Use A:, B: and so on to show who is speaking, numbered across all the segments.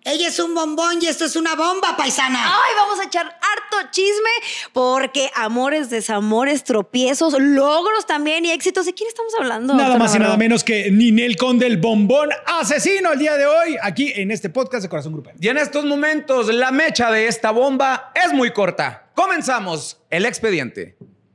A: Ella es un bombón y esto es una bomba, paisana.
B: Ay, vamos a echar harto chisme porque amores, desamores, tropiezos, logros también y éxitos. ¿De quién estamos hablando?
C: Nada más y
B: Navarro?
C: nada menos que Ninel Conde, el bombón asesino, el día de hoy, aquí en este podcast de Corazón Grupero.
D: Y en estos momentos, la mecha de esta bomba es muy corta. Comenzamos el expediente.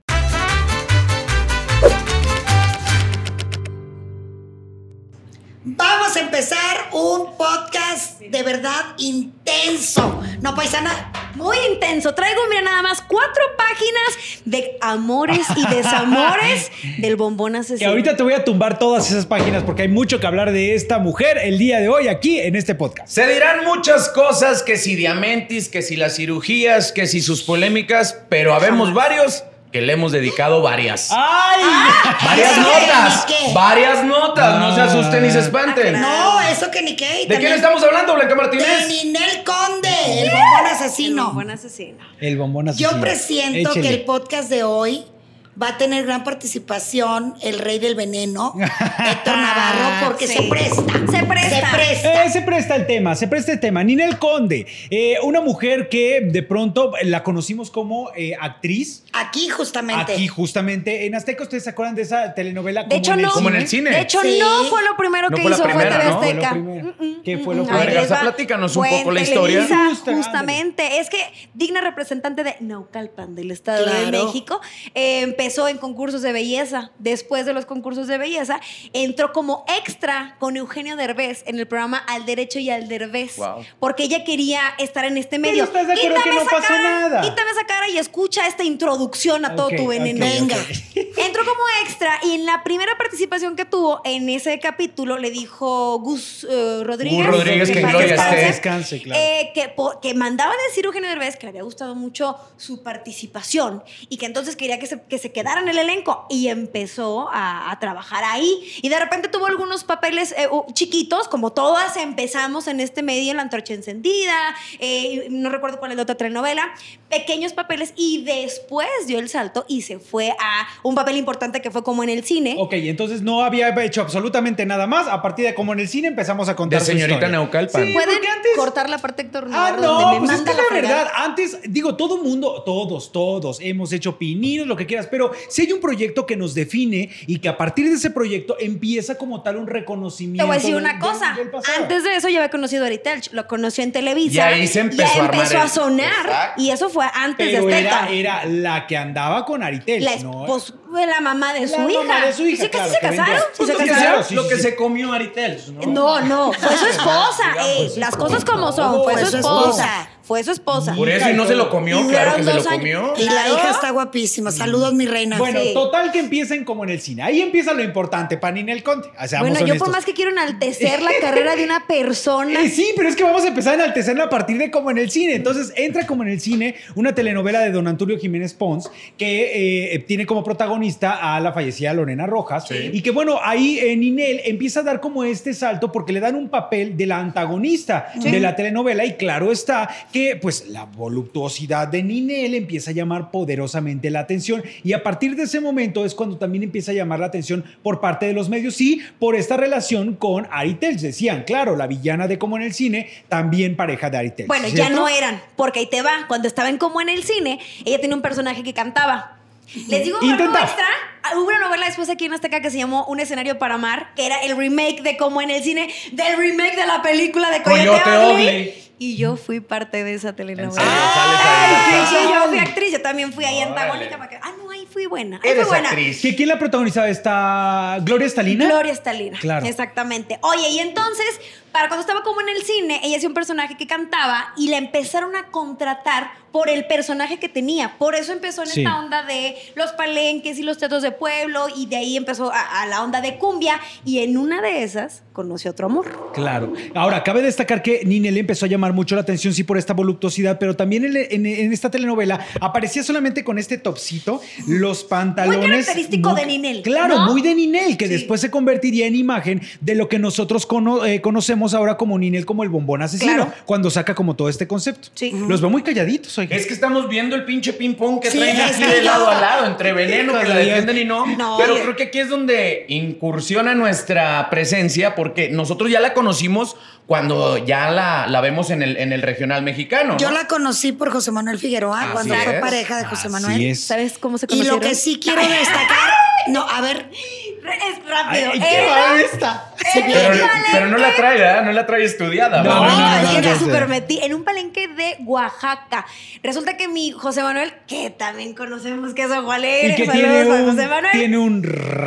A: Vamos a empezar un podcast de verdad intenso. ¿No, paisana?
B: Muy intenso. Traigo, mira, nada más 4 páginas de amores y desamores del bombón asesino.
C: Que ahorita te voy a tumbar todas esas páginas porque hay mucho que hablar de esta mujer el día de hoy aquí en este podcast.
D: Se dirán muchas cosas, que si Diamantis, que si las cirugías, que si sus polémicas, pero habemos varios que le hemos dedicado varias.
C: ¡Ay!
D: Varias
A: ¿Eso
D: notas.
A: qué? ¿Qué?
D: Varias notas. No se asusten ni se espanten.
A: No, eso que ni qué.
D: ¿De quién estamos hablando, Blanca
A: De
D: Martínez?
A: Ninel Conde, el bombón
B: El
A: asesino.
B: bombón asesino.
C: El bombón asesino.
A: Yo presiento
C: Échele.
A: que el podcast de hoy va a tener gran participación el rey del veneno, Héctor Navarro, porque
B: Sí.
A: se presta.
B: Se presta.
C: Se presta el tema. Ninel Conde, una mujer que de pronto la conocimos como actriz.
A: Aquí justamente.
C: Aquí justamente en Azteca. ¿Ustedes se acuerdan de esa telenovela?
B: De hecho, no.
D: Como en el cine.
B: De hecho,
A: Sí.
B: no fue lo primero
D: No
B: que
D: fue la
B: hizo,
D: primera,
B: fue TV
D: ¿no?
C: Fue lo
B: Azteca.
C: primero. ¿Qué fue lo
B: Ahí
C: primero?
B: les
D: Garza,
B: va.
D: platícanos un
B: Fue
D: poco
B: en
D: la historia.
B: Televisa,
C: Justo,
B: justamente. Es que digna representante de Naucalpan, del Estado de
A: Claro.
B: México, empezó en concursos de belleza. Después de los concursos de belleza, entró como extra con Eugenio Derbez en el programa Al Derecho y al Derbez.
D: Wow.
B: Porque ella quería estar en este medio.
C: ¿estás de acuerdo que no
B: esa
C: pasa nada?
B: Quítame esa cara y escucha esta introducción a todo
C: Ok,
B: tu veneno.
C: ok,
A: Venga.
B: Entró como extra y en la primera participación que tuvo en ese capítulo le dijo Gus Rodríguez.
D: Gus Rodríguez, que en
B: paz
D: gloria
B: descanse,
D: esté.
C: Descanse, claro.
B: que mandaba a decir Eugenio Derbez que le había gustado mucho su participación y que entonces quería que se quedara en el elenco y empezó a trabajar ahí. Y de repente tuvo algunos papeles chiquitos, como todas empezamos en este medio, en La Antorcha Encendida, no recuerdo cuál es la otra telenovela, pequeños papeles y después dio el salto y se fue a un papel importante que fue como en el cine.
C: Ok, entonces no había hecho absolutamente nada más. A partir de como en el cine empezamos a contar
D: De
C: su
D: señorita
C: historia.
D: Naucalpan.
C: Sí,
B: ¿Pueden
C: porque antes...
B: cortar la parte Héctor
C: Ah,
B: Navarro
C: no,
B: donde me
C: pues es
B: manda
C: que la
B: fregada?
C: verdad, antes, digo, todo mundo, todos hemos hecho pininos, lo que quieras, pero si hay un proyecto que nos define y que a partir de ese proyecto empieza como tal un reconocimiento.
B: Te voy a decir una
C: del
B: cosa.
C: pasado.
B: Antes de eso ya había conocido a Ari Telch, lo conoció en Televisa.
D: Y ahí se empezó
B: ya
D: a armar
B: empezó
D: el-
B: a sonar.
D: Exacto.
B: Y eso fue antes
C: Pero
B: de Azteca.
C: era la que andaba con Aritel,
B: La
C: ¿no?
B: la mamá de su
C: La
B: hija.
C: mamá de su hija,
B: ¿Sí que
C: claro,
B: sí se
C: que
B: casaron?
C: vendió.
B: ¿Sí se
C: Pues,
B: casaron?
C: claro, sí,
D: Lo que
C: sí.
D: se comió Aritel, ¿no?
B: No, fue su esposa. Las cosas como son. Fue su esposa. Fue su esposa.
D: Por eso, y no se lo comió,
B: Y
D: claro que
B: duraron
D: se lo
B: 2 años.
D: comió.
A: Y la
B: Claro.
A: hija está guapísima. Saludos, mi reina.
C: Bueno,
B: Sí.
C: total que empiecen como en el cine. Ahí empieza lo importante para Ninel Conde. O sea,
B: Bueno,
C: seamos
B: yo por
C: honestos.
B: más que quiero enaltecer la carrera de una persona.
C: Sí, pero es que vamos a empezar a enaltecerla a partir de como en el cine. Entonces entra como en el cine una telenovela de Don Antulio Jiménez Pons que tiene como protagonista a la fallecida Lorena Rojas.
D: Sí.
C: Y que bueno, ahí Ninel empieza a dar como este salto porque le dan un papel de la antagonista de la telenovela y claro está que pues la voluptuosidad de Ninel empieza a llamar poderosamente la atención y a partir de ese momento es cuando también empieza a llamar la atención por parte de los medios y por esta relación con Ari Telch. Decían, claro, la villana de Como en el Cine, también pareja de Ari Telch.
B: Bueno, ya
C: ¿cierto?
B: no eran, porque ahí te va. Cuando estaban como en el cine, ella tenía un personaje que cantaba. Les digo algo
C: Intenta.
B: extra. Hubo una novela después aquí en Azteca que se llamó Un escenario para amar, que era el remake de Como en el Cine, del remake de la película de Coyote
D: Coyote
B: Ugly.
D: Ugly.
B: Y yo fui parte de esa
D: ¿En
B: telenovela.
D: serio? ¿Sales ahí?
B: Sí, yo fui actriz, yo también fui ahí
D: Órale.
B: antagónica. No, ahí fui buena. Ahí
D: Eres
B: fui buena.
D: actriz.
C: ¿Quién la protagonizaba? ¿Esta Gloria Estalina?
B: Gloria Estalina.
C: Claro.
B: Exactamente. Oye, y entonces, para cuando estaba como en el cine, ella hacía un personaje que cantaba y la empezaron a contratar por el personaje que tenía. Por eso empezó en
C: Sí.
B: esta onda de los palenques y los teatros de pueblo y de ahí empezó a la onda de cumbia y en una de esas conoció otro amor.
C: Claro. Ahora, cabe destacar que Ninel empezó a llamar mucho la atención, sí, por esta voluptuosidad, pero también en esta telenovela aparecía solamente con este topsito, los pantalones.
B: Muy característico de Ninel,
C: Claro,
B: ¿no?
C: muy de Ninel, que
B: Sí.
C: después se convertiría en imagen de lo que nosotros conocemos ubicamos ahora como Ninel como el bombón asesino,
B: Claro.
C: cuando saca como todo este concepto.
B: Sí.
C: Los veo muy calladitos, oiga.
D: Es que estamos viendo el pinche ping-pong que
A: Sí,
D: traen
A: es
D: aquí
A: que
D: de
A: yo-
D: lado a lado, entre veneno que la defienden y no.
B: No,
D: Pero
B: oye.
D: creo que aquí es donde incursiona nuestra presencia, porque nosotros ya la conocimos cuando ya la vemos en el regional mexicano.
A: Yo
D: ¿no?
A: la conocí por José Manuel Figueroa
D: Así
A: cuando fue
D: es.
A: pareja de José
C: Así
A: Manuel.
C: es.
B: ¿Sabes cómo se
A: Y
B: conocieron?
A: lo que sí quiero destacar, no, a ver,
B: Es rápido.
C: Ay, qué mal está.
D: Pero no la trae, ¿verdad? No la trae estudiada.
C: No,
D: ¿verdad?
B: Es que
C: no,
B: la
C: no.
B: super metí en un palenque de Oaxaca. Resulta que mi José Manuel, que también conocemos que es Ojo Alegre,
C: Y que
B: saludos a José Manuel.
C: tiene un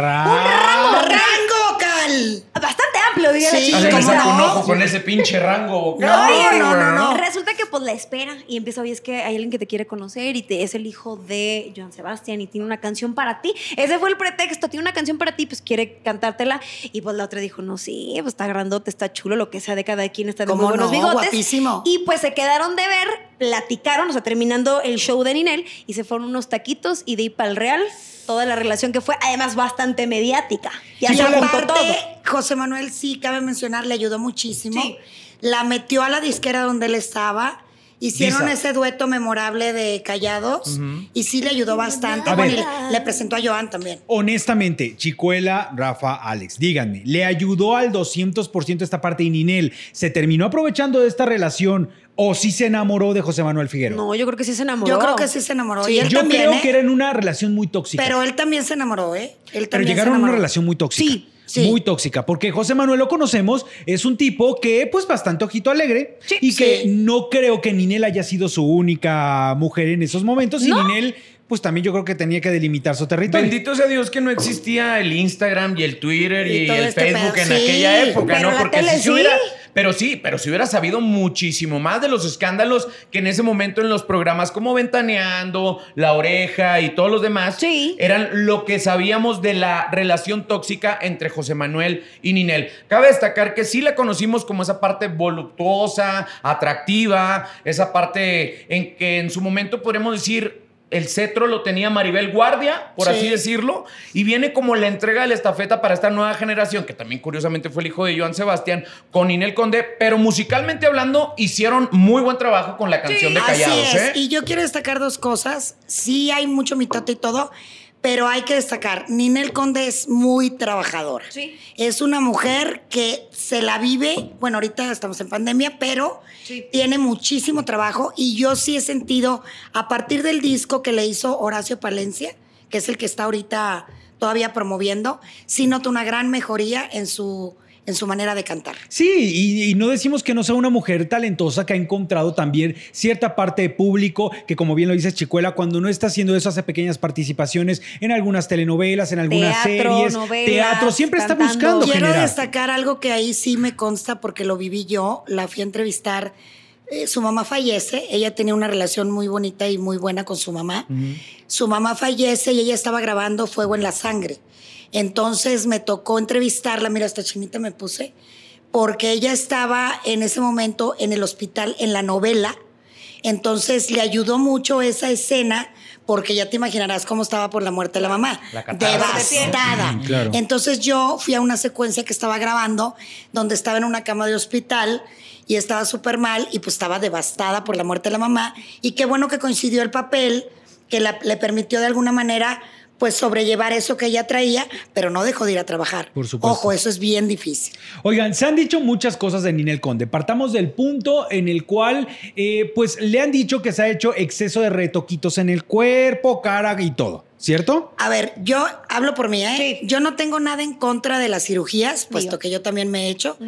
A: rango vocal.
B: Bastante amplio, diría la
A: Sí,
B: chica.
D: Así me
A: ¿cómo
D: saca un
A: no?
D: ojo con ese pinche rango vocal.
A: No.
B: Resulta que pues la espera y empieza, oye, es que hay alguien que te quiere conocer y es el hijo de Joan Sebastián y tiene una canción para ti. Ese fue el pretexto, tiene una canción para ti, pues quiere cantártela. Y pues la otra dijo, no, sí, pues está grandote, está chulo, lo que sea de cada quien, está de muy
A: ¿Cómo
B: buenos
A: no?
B: bigotes.
A: Guapísimo.
B: Y pues se quedaron de ver, platicaron, o sea, terminando el show de Ninel y se fueron unos taquitos y de ahí para el Real. Toda la relación que fue, además, bastante mediática. Ya
A: Y
B: se juntó
A: aparte,
B: todo.
A: José Manuel, sí, cabe mencionar, le ayudó muchísimo.
B: Sí.
A: La metió a la disquera donde él estaba. Hicieron
D: Visa.
A: ese dueto memorable de Callados y sí le ayudó bastante.
C: A
A: Bueno,
C: ver.
A: y le presentó a Joan también.
C: Honestamente, Chicuela, Rafa, Alex, díganme, ¿le ayudó al 200% esta parte y Ninel se terminó aprovechando de esta relación o sí se enamoró de José Manuel Figueroa?
B: No, yo creo que sí se enamoró.
A: Yo creo que sí se enamoró.
B: Sí.
A: Y él
C: Yo
A: también,
C: creo
A: ¿eh?
C: que era en una relación muy tóxica.
A: Pero él también se enamoró, ¿eh? Él
C: Pero
A: también
C: llegaron
A: se
C: a una
A: enamoró.
C: relación muy tóxica.
A: Sí, sí.
C: Muy tóxica, porque José Manuel lo conocemos, es un tipo que, pues, bastante ojito alegre
B: Sí,
C: y que
A: sí.
C: no creo que Ninel haya sido su única mujer en esos momentos. Y
B: ¿No?
C: Ninel, pues, también yo creo que tenía que delimitar su territorio.
D: Bendito sea Dios que no existía el Instagram y el Twitter
A: Y
D: y
A: todo
D: el
A: este
D: Facebook
A: pedo.
D: en
A: Sí,
D: aquella época,
B: pero
D: ¿no?
B: la
D: Porque
B: tele
D: si se
B: sí.
D: hubiera... Pero si hubiera sabido muchísimo más de los escándalos que en ese momento en los programas como Ventaneando, La Oreja y todos los demás
B: Sí.
D: eran lo que sabíamos de la relación tóxica entre José Manuel y Ninel. Cabe destacar que sí la conocimos como esa parte voluptuosa, atractiva, esa parte en que en su momento podríamos decir el cetro lo tenía Maribel Guardia, por
A: Sí.
D: así decirlo, y viene como la entrega de la estafeta para esta nueva generación, que también curiosamente fue el hijo de Joan Sebastián, con Ninel Conde, pero musicalmente hablando hicieron muy buen trabajo con la canción de
A: Así
D: Callados,
A: es.
D: ¿eh?
A: Y yo quiero destacar dos cosas. Sí hay mucho mitote y todo, pero hay que destacar, Ninel Conde es muy trabajadora.
B: Sí.
A: Es una mujer que se la vive, bueno, ahorita estamos en pandemia, pero
B: Sí.
A: tiene muchísimo trabajo y yo sí he sentido, a partir del disco que le hizo Horacio Palencia, que es el que está ahorita todavía promoviendo, sí noto una gran mejoría en su manera de cantar.
C: Sí, y no decimos que no sea una mujer talentosa que ha encontrado también cierta parte de público que, como bien lo dices, Chicuela, cuando no está haciendo eso, hace pequeñas participaciones en algunas telenovelas, en algunas
B: Teatro,
C: series,
B: novelas,
C: teatro, siempre está
B: cantando.
C: buscando
A: Quiero
C: generar.
A: destacar algo que ahí sí me consta porque lo viví yo, la fui a entrevistar. Su mamá fallece, ella tenía una relación muy bonita y muy buena con su mamá. Su mamá fallece y ella estaba grabando Fuego en la Sangre. Entonces me tocó entrevistarla, mira, esta chinita me puse, porque ella estaba en ese momento en el hospital en la novela. Entonces le ayudó mucho esa escena porque ya te imaginarás cómo estaba por la muerte de la mamá.
D: La catarsis.
A: Devastada.
C: Claro.
A: Entonces yo fui a una secuencia que estaba grabando donde estaba en una cama de hospital y estaba súper mal y pues estaba devastada por la muerte de la mamá. Y qué bueno que coincidió el papel que le permitió de alguna manera pues sobrellevar eso que ella traía, pero no dejó de ir a trabajar.
C: Por supuesto.
A: Ojo, eso es bien difícil.
C: Oigan, se han dicho muchas cosas de Ninel Conde. Partamos del punto en el cual, pues, le han dicho que se ha hecho exceso de retoquitos en el cuerpo, cara y todo, ¿cierto?
A: A ver, yo hablo por mí, ¿eh?
B: Sí.
A: Yo no tengo nada en contra de las cirugías, puesto que yo también me he hecho,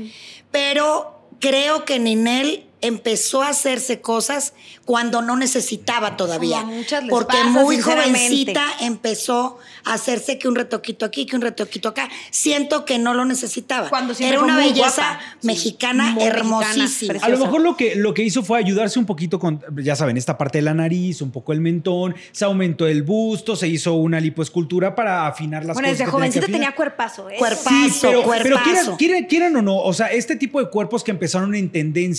A: pero creo que Ninel empezó a hacerse cosas cuando no necesitaba todavía.
B: Como a muchas les
A: porque
B: pasa,
A: muy
B: sinceramente.
A: jovencita empezó a hacerse que un retoquito aquí, que un retoquito acá. Siento que no lo necesitaba.
B: Cuando siempre
A: Era
B: fue
A: una
B: muy
A: belleza
B: guapa. Sí,
A: mexicana
B: muy
A: hermosísima.
B: mexicana,
C: A lo
B: preciosa.
C: mejor lo que hizo fue ayudarse un poquito con, ya saben, esta parte de la nariz, un poco el mentón, se aumentó el busto, se hizo una lipoescultura para afinar las
B: Bueno,
C: cosas.
B: desde
C: que
B: jovencita
C: que afinar.
B: tenía cuerpazo, ¿eh?
A: Cuerpazo.
C: Sí, pero
A: cuerpazo.
C: quieran o no, o sea, este tipo de cuerpos que empezaron en tendencia en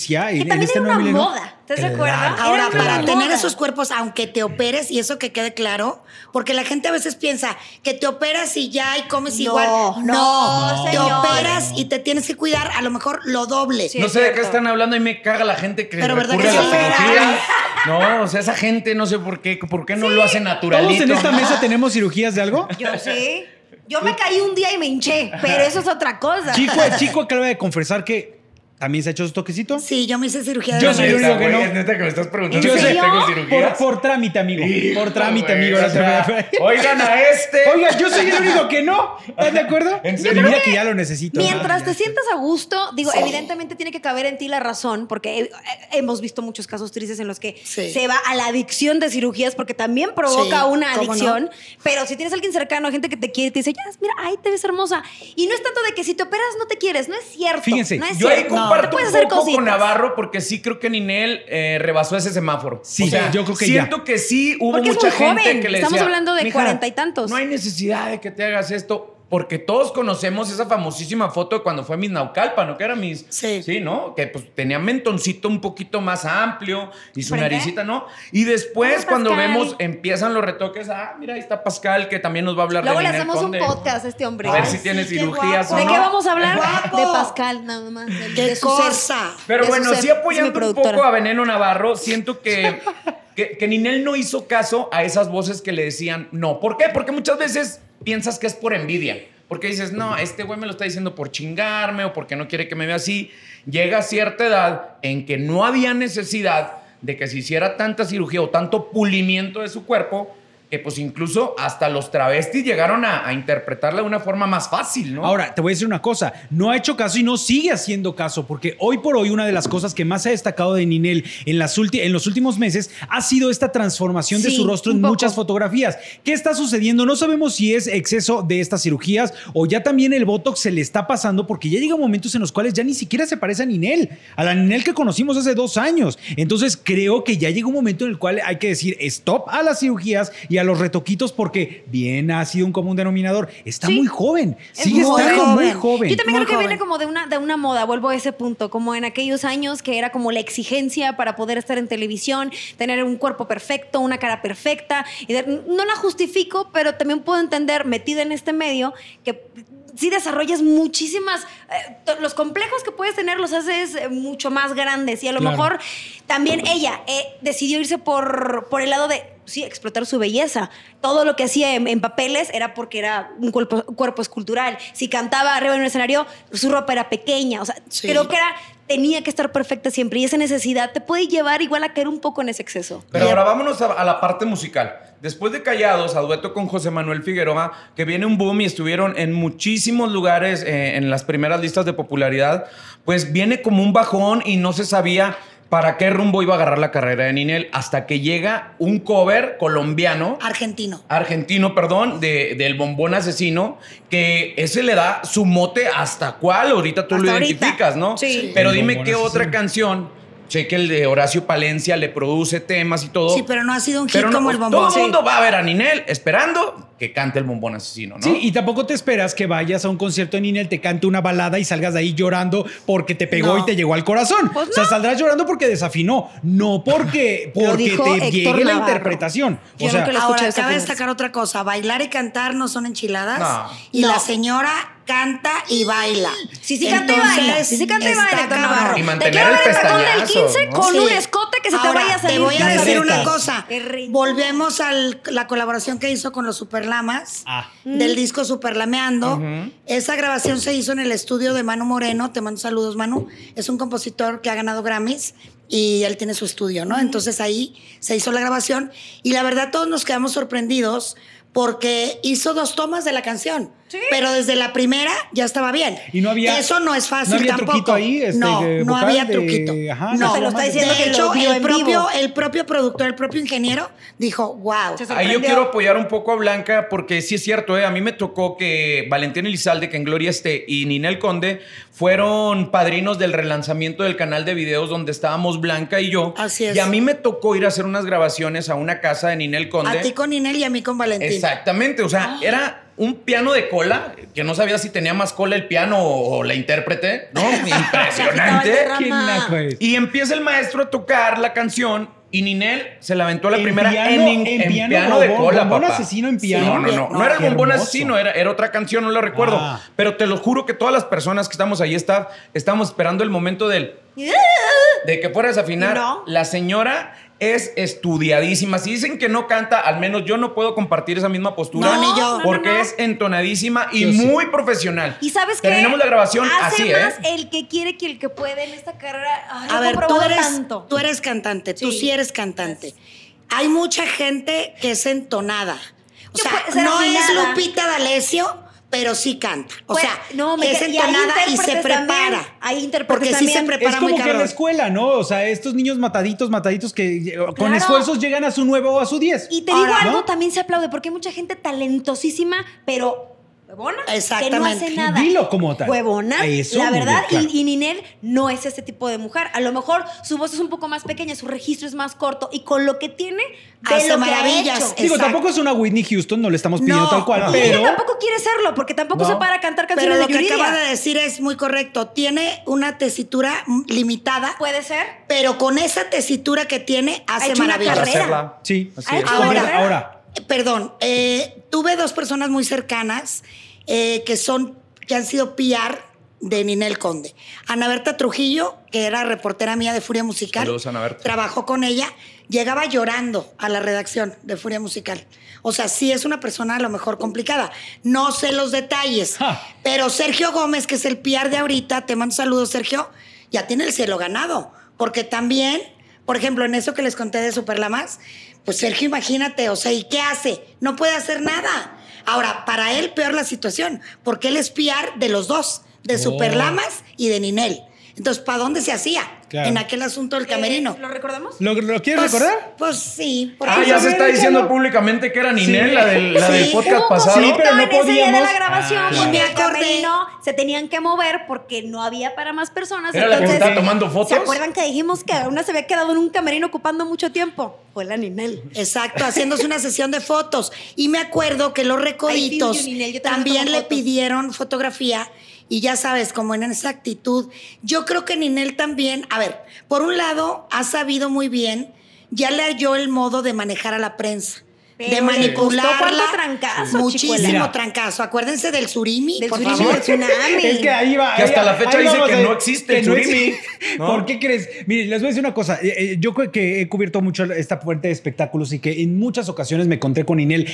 B: también
C: este
B: era
C: nuevo
B: una
C: milenio.
B: moda, ¿te
C: Claro.
B: acuerdas?
A: Ahora,
B: Era una
A: para tener
B: moda.
A: esos cuerpos, aunque te operes, y eso que quede claro, porque la gente a veces piensa que te operas y ya y comes
B: No,
A: igual.
B: no,
A: te
B: señor.
A: operas y te tienes que cuidar a lo mejor lo doble.
B: Sí.
D: No
B: es
D: sé de qué
B: cierto.
D: están hablando y me caga la gente que
A: Pero ¿verdad
D: recurre
A: que
D: a la
A: sí?
D: cirugía. No, o sea, esa gente no sé por qué no lo hace naturalito.
C: ¿Todos en esta mesa tenemos cirugías de algo?
B: Yo sí. Yo me caí un día y me hinché, pero eso es otra cosa.
C: Chico acaba de confesar que también se ha hecho su toquecito.
A: Sí, yo me hice cirugía de
C: Yo
A: la
C: soy el
A: nariz.
C: único que no.
D: Es neta que me estás preguntando
C: Yo
D: si
C: sé,
D: tengo cirugías.
C: por trámite, amigo.
D: Hijo,
C: Por trámite,
D: güey,
C: amigo.
D: o
C: No te
D: sea,
C: preocupes.
D: oigan a este.
C: Oiga, yo soy el único que no. ¿Estás de acuerdo?
D: ¿En
C: Y
D: serio?
C: mira que ya lo necesito.
B: Mientras te sientas a gusto, digo,
A: Sí.
B: evidentemente tiene que caber en ti la razón, porque hemos visto muchos casos tristes en los que
A: Sí.
B: se va a la adicción de cirugías, porque también provoca
A: Sí,
B: una
A: ¿cómo
B: adicción.
A: no?
B: Pero si tienes a alguien cercano, gente que te quiere y te dice, ya, mira, ay, te ves hermosa. Y no es tanto de que si te operas no te quieres, no es cierto.
C: Fíjense,
B: no es
D: Yo ahí
B: cierto. Te
D: comparto
B: puedes
D: un
B: hacer
D: poco
B: cositas.
D: con Navarro porque sí creo que Ninel rebasó ese semáforo.
C: Sí, yo creo que ya.
D: siento que sí hubo
B: Porque es
D: mucha
B: muy
D: gente
B: joven.
D: que le
B: Estamos
D: decía,
B: hablando de
D: "Mija,
B: 40 y tantos".
D: No hay necesidad de que te hagas esto. Porque todos conocemos esa famosísima foto de cuando fue Miss Naucalpan, ¿no? Que era Miss...
A: Sí.
D: ¿no? Que pues tenía mentoncito un poquito más amplio y su
B: ¿Frente?
D: naricita, ¿no? Y después
B: Hola,
D: cuando
B: Pascal.
D: vemos, empiezan los retoques. Ah, mira, ahí está Pascal, que también nos va a hablar
B: Luego
D: de
B: le
D: Ninel
B: hacemos
D: Conde.
B: un podcast a este hombre.
D: A ver
B: Ay,
D: si
B: sí,
D: tiene
B: qué
D: cirugías
B: guapo.
D: o
B: ¿De
D: no.
B: qué vamos a hablar?
A: Guapo.
B: De Pascal, nada más.
A: ¡Qué
B: de su ser.
A: cosa!
D: Pero
B: De su
D: bueno,
B: ser.
D: sí
B: Es mi
D: apoyando un
B: productora.
D: poco a Veneno Navarro, siento que Ninel no hizo caso a esas voces que le decían no. ¿Por qué? Porque muchas veces piensas que es por envidia. Porque dices, no, este güey me lo está diciendo por chingarme o porque no quiere que me vea así. Llega a cierta edad en que no había necesidad de que se hiciera tanta cirugía o tanto pulimiento de su cuerpo que pues incluso hasta los travestis llegaron a interpretarla de una forma más fácil, ¿no?
C: Ahora, te voy a decir una cosa. No ha hecho caso y no sigue haciendo caso, porque hoy por hoy una de las cosas que más se ha destacado de Ninel en los últimos meses ha sido esta transformación de
B: Sí,
C: su rostro en
B: un poco.
C: muchas fotografías. ¿Qué está sucediendo? No sabemos si es exceso de estas cirugías o ya también el Botox se le está pasando, porque ya llegan momentos en los cuales ya ni siquiera se parece a Ninel, a la Ninel que conocimos hace 2 años. Entonces creo que ya llega un momento en el cual hay que decir stop a las cirugías y a los retoquitos, porque bien ha sido un común denominador. Está
B: Sí.
C: muy joven,
B: Es
C: sigue
B: muy
C: estando muy
A: joven.
C: joven.
B: Yo también
A: Muy
B: creo que
A: joven.
B: viene como de una moda, vuelvo a ese punto, como en aquellos años que era como la exigencia para poder estar en televisión, tener un cuerpo perfecto, una cara perfecta. No la justifico, pero también puedo entender, metida en este medio, que sí desarrollas muchísimas... los complejos que puedes tener los haces mucho más grandes y a lo
C: Claro.
B: mejor también ella decidió irse por el lado de... Sí, explotar su belleza. Todo lo que hacía en papeles era porque era un cuerpo escultural. Si cantaba arriba en un escenario, su ropa era pequeña. O sea,
A: Sí.
B: creo que tenía que estar perfecta siempre. Y esa necesidad te puede llevar igual a caer un poco en ese exceso.
D: Pero ahora vámonos a la parte musical. Después de Callados, a dueto con José Manuel Figueroa, que viene un boom y estuvieron en muchísimos lugares en las primeras listas de popularidad, pues viene como un bajón y no se sabía para qué rumbo iba a agarrar la carrera de Ninel hasta que llega un cover colombiano. Argentino, perdón, del Bombón Asesino, que ese le da su mote hasta cuál, ahorita tú
B: Hasta
D: lo
B: ahorita.
D: identificas, ¿no?
B: Sí.
D: Pero
C: El
D: dime
C: Bombón
D: qué otra
C: Asesino.
D: canción. Sé que el de Horacio Palencia le produce temas y todo.
A: Sí, pero no ha sido un hit
D: Pero no,
A: como el
D: todo
A: bombón.
D: el mundo va a ver a Ninel esperando que cante el Bombón Asesino, ¿no?
C: Sí, y tampoco te esperas que vayas a un concierto de Ninel, te cante una balada y salgas de ahí llorando porque te pegó
A: No.
C: y te llegó al corazón.
B: Pues
C: O sea, saldrás llorando porque desafinó, no porque
B: dijo
C: te
B: Héctor
C: llegue la
B: Navarro.
C: interpretación.
B: Yo
C: O sea,
B: nunca lo
A: Ahora,
B: escuché
A: cabe
B: desafinar.
A: destacar otra cosa. Bailar y cantar no son enchiladas.
D: No.
A: Y
B: No.
A: la señora canta y baila.
B: Sí, canta y baila. Sí, canta y baila,
A: está
B: Héctor
A: cabrón.
B: Navarro.
D: Y
B: Te
D: mantener
B: quiero
D: el
B: ver el tacón del
D: pestañazo,
B: 15
D: ¿no?
B: con
A: Sí.
B: un escote que se te
A: Ahora,
B: vaya a salir.
A: te voy a
C: de
A: decir
C: recetas.
A: una cosa.
B: Qué rico.
A: Volvemos a la colaboración que hizo con los Superlamas del disco Superlameando. Esa grabación se hizo en el estudio de Manu Moreno. Te mando saludos, Manu. Es un compositor que ha ganado Grammys y él tiene su estudio, ¿no? Entonces ahí se hizo la grabación y la verdad todos nos quedamos sorprendidos porque hizo 2 tomas de la canción.
B: Sí.
A: Pero desde la primera ya estaba bien.
C: Y no había-
A: Eso no es fácil
C: ¿no había
A: tampoco.
C: truquito ahí,
A: no,
C: de
A: no
C: vocal,
A: había
C: de-
A: truquito.
C: ajá,
A: no,
B: te lo está diciendo
A: de
B: que lo
A: hecho,
B: vio en vivo.
A: el propio productor, el propio ingeniero dijo, wow.
B: Se
D: Ahí
B: sorprendió.
D: yo quiero apoyar un poco a Blanca porque sí es cierto, a mí me tocó que Valentín Elizalde, que en Gloria esté, y Ninel Conde fueron padrinos del relanzamiento del canal de videos donde estábamos Blanca y yo.
A: Así es.
D: Y a mí me tocó ir a hacer unas grabaciones a una casa de Ninel Conde.
A: A ti con Ninel y a mí con Valentín.
D: Exactamente, o sea, era un piano de cola, que no sabía si tenía más cola el piano o la intérprete, ¿no? Impresionante.
C: Qué naco es.
D: Y empieza el maestro a tocar la canción y Ninel se la aventó la primera
C: en
D: piano de cola,
C: bombón
D: papá.
C: asesino en piano.
D: No era el
C: Qué
D: bombón
C: hermoso.
D: asesino, era otra canción, no la recuerdo.
C: Ah.
D: Pero te lo juro que todas las personas que estamos ahí estamos esperando el momento de que fueras a afinar.
B: No.
D: La señora es estudiadísima. Si dicen que no canta, al menos yo no puedo compartir esa misma postura.
A: No, ni yo.
D: Porque
B: No.
D: es entonadísima y
C: Yo sí.
D: muy profesional.
B: Y ¿sabes qué?
D: Terminamos la grabación
B: Hace
D: así,
B: más el que quiere que el que puede en esta carrera. Ay,
A: A
B: lo he
A: ver,
B: comprobado tanto.
A: tú eres cantante, tú
B: Sí.
A: sí eres cantante. Hay mucha gente que es entonada. O
B: Yo
A: sea,
B: puedo ser
A: no es
B: afinada.
A: Lupita D'Alessio, pero sí canta. O
B: Pues,
A: sea,
B: no,
A: es
B: y hay
A: entonada y se
B: intérpretes
A: prepara.
B: también. Hay intérpretes
A: Porque sí se
B: también.
A: prepara
C: Es como
A: muy
C: que en la
A: cabrón.
C: escuela, ¿no? O sea, estos niños mataditos que con
B: Claro.
C: esfuerzos llegan a su 9 o a su 10.
B: Y te digo
A: Ahora,
B: algo,
C: ¿no?
B: también se aplaude, porque hay mucha gente talentosísima, pero huevona, que no
A: Exactamente.
B: hace nada.
C: Dilo como tal.
B: Huevona,
C: Eso,
B: la
C: muy
B: verdad.
C: bien, claro.
B: Y Ninel no es ese tipo de mujer. A lo mejor su voz es un poco más pequeña, su registro es más corto, y con lo que tiene, ve
A: Hace
B: lo
A: maravillas.
B: que ha hecho.
C: Digo,
A: Exacto.
C: tampoco es una Whitney Houston, no le estamos pidiendo
A: No,
C: tal cual,
A: no.
B: Y ella
C: pero...
B: tampoco quiere serlo, porque tampoco
C: No.
B: se para a cantar
A: Pero
B: canciones
A: lo
B: de
A: que
B: Yuridia.
A: acaba de decir es muy correcto. Tiene una tesitura limitada,
B: Puede ser.
A: pero con esa tesitura que tiene hace
B: hecho una
A: maravillas.
B: carrera.
D: Hacerla.
C: Sí,
B: Ha hecho
A: una
B: carrera.
C: Ahora,
A: Perdón, tuve dos personas muy cercanas que han sido PR de Ninel Conde. Ana Berta Trujillo, que era reportera mía de Furia Musical.
D: Saludos, Ana Berta.
A: Trabajó con ella. Llegaba llorando a la redacción de Furia Musical. O sea, sí es una persona a lo mejor complicada. No sé los detalles.
C: Ja.
A: Pero Sergio Gómez, que es el PR de ahorita, te mando saludos, Sergio, ya tiene el cielo ganado. Porque también, por ejemplo, en eso que les conté de Superlamas, pues Sergio, imagínate, o sea, ¿y qué hace? No puede hacer nada. Ahora, para él peor la situación, porque él es PR de los dos, de Superlamas y de Ninel. Entonces, ¿para dónde se hacía?
C: Claro.
A: En aquel asunto del camerino.
B: ¿Lo recordamos?
C: ¿lo quieres recordar?
A: Pues sí. porque-
D: Ah, ya se está
C: Déjalo.
D: diciendo públicamente que era Ninel,
C: Sí.
D: la del
A: Sí.
D: podcast
B: Hubo
D: pasado.
C: Sí, pero no
B: en ese día de
C: podíamos.
B: la grabación,
C: Ah,
B: porque
A: claro.
B: el camerino se tenían que mover porque no había para más personas.
D: ¿Era la que
B: entonces,
D: estaba tomando fotos?
B: ¿se acuerdan que dijimos que una se había quedado en un camerino ocupando mucho tiempo? Fue la Ninel.
A: Exacto, haciéndose una sesión de fotos. Y me acuerdo que los recoditos
B: I feel you, Ninel, yo también
A: también
B: tomo
A: le
B: fotos.
A: pidieron fotografía. Y ya sabes, como en esa actitud, yo creo que Ninel también, a ver, por un lado, ha sabido muy bien, ya le halló el modo de manejar a la prensa.
B: Pero
A: De
B: le
A: manipularla.
B: costó cuánto trancazo,
A: Muchísimo
B: chicuela.
C: Mira.
A: trancazo. Acuérdense del surimi,
B: Del
A: por
B: surimi,
A: favor.
B: del tsunami.
C: Es que ahí va.
D: Que hasta la fecha
C: ahí
D: dice
C: vamos
D: que
C: a-
D: no existe el
C: que no
D: surimi,
C: existe.
D: ¿no?
C: ¿Por qué crees? Mire, les voy a decir una cosa. Yo creo que he cubierto mucho esta fuente de espectáculos y que en muchas ocasiones me encontré con Ninel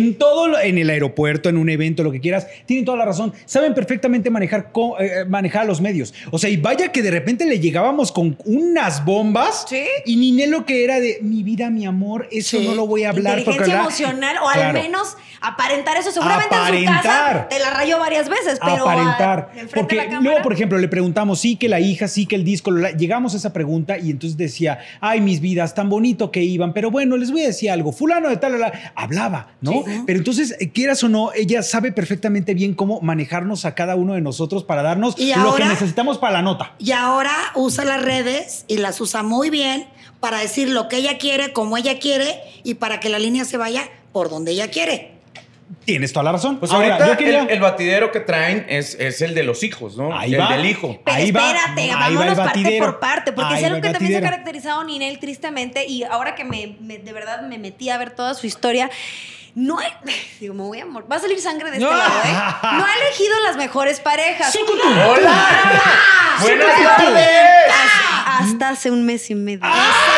C: en el aeropuerto, en un evento, lo que quieras. Tienen toda la razón. Saben perfectamente manejar a los medios. O sea, y vaya que de repente le llegábamos con unas bombas.
B: Sí.
C: Y Ninel lo que era de mi vida, mi amor, eso
A: Sí.
C: no lo voy a hablar. porque
B: Inteligencia
C: la-
B: emocional, o al
C: Claro.
B: menos aparentar eso. Seguramente en su
C: Aparentar.
B: casa te la rayó varias veces, pero
C: aparentar.
B: enfrente
C: Porque
B: de la cámara.
C: luego, por ejemplo, le preguntamos, sí, que la hija, sí, que el disco. Llegamos a esa pregunta y entonces decía, ay, mis vidas, tan bonito que iban, pero bueno, les voy a decir algo. Fulano de tal, hablaba, ¿no?
A: Sí.
C: Pero entonces, quieras o no, ella sabe perfectamente bien cómo manejarnos a cada uno de nosotros para darnos
A: Y
C: lo que
A: ahora-
C: necesitamos para la nota.
A: Y ahora usa las redes y las usa muy bien para decir lo que ella quiere, como ella quiere y para que la línea se vaya por donde ella quiere.
C: Tienes toda la razón.
D: Pues
C: Ahora,
D: ahorita
C: yo quería-
D: el batidero que traen es el de los hijos, ¿no?
C: Ahí
D: el
C: va.
D: del hijo.
B: Pero
C: Ahí va,
B: espérate,
C: ahí va
B: vámonos
C: el
B: parte
C: batidero.
B: por parte, porque
C: Ahí
B: es
C: va
B: algo
C: el
B: que también se ha
C: batidero.
B: caracterizado a Ninel tristemente, y ahora que de verdad me metí a ver toda su historia, no he, digo, me voy a morir. Va a salir sangre de este
C: No.
B: lado, ¿eh? No ha elegido las mejores parejas.
D: ¡Hola! ¡Buenas tardes!
B: Hasta hace un mes y medio.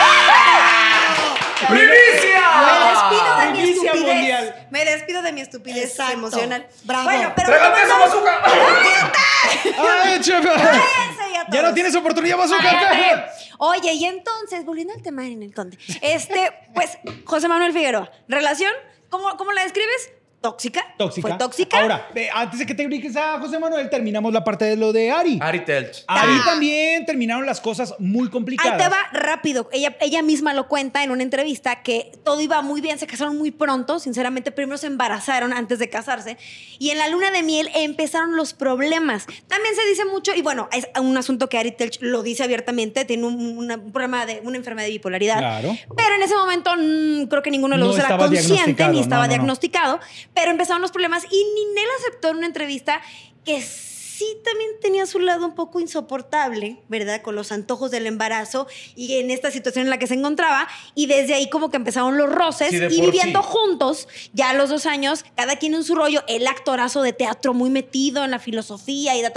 D: ¡Primicia!
B: Me despido de mi
C: Primicia
B: estupidez.
C: mundial.
B: Me despido de mi estupidez
A: Exacto.
B: emocional.
A: Bravo.
B: Bueno, pero
D: ¡Trágate esa
B: retomando-
D: bazooka!
C: ¡Ay, chef!
B: Cállense ya
C: Ya no
B: todos.
C: tienes oportunidad, bazooka.
B: Cállate. Oye, y entonces, volviendo al tema en el conde, pues, José Manuel Figueroa, relación, ¿cómo la describes? ¿Tóxica?
C: Tóxica.
B: ¿Fue tóxica?
C: Ahora, antes de que te brinques a José Manuel, terminamos la parte de lo de Ari.
D: Ari Telch.
C: Ari también terminaron las cosas muy
B: Ahí
C: complicadas.
B: te va rápido. Ella misma lo cuenta en una entrevista que todo iba muy bien, se casaron muy pronto, sinceramente, primero se embarazaron antes de casarse y en la luna de miel empezaron los problemas. También se dice mucho, y bueno, es un asunto que Ari Telch lo dice abiertamente, tiene un problema de una enfermedad de bipolaridad.
C: Claro.
B: Pero en ese momento creo que ninguno de los
C: No
B: dos era
C: estaba
B: consciente
C: diagnosticado,
B: ni estaba
C: no.
B: diagnosticado. Pero empezaron los problemas y Ninel aceptó en una entrevista que sí también tenía su lado un poco insoportable, ¿verdad? Con los antojos del embarazo y en esta situación en la que se encontraba. Y desde ahí como que empezaron los roces y viviendo juntos, ya a los 2 años, cada quien en su rollo, el actorazo de teatro muy metido en la filosofía y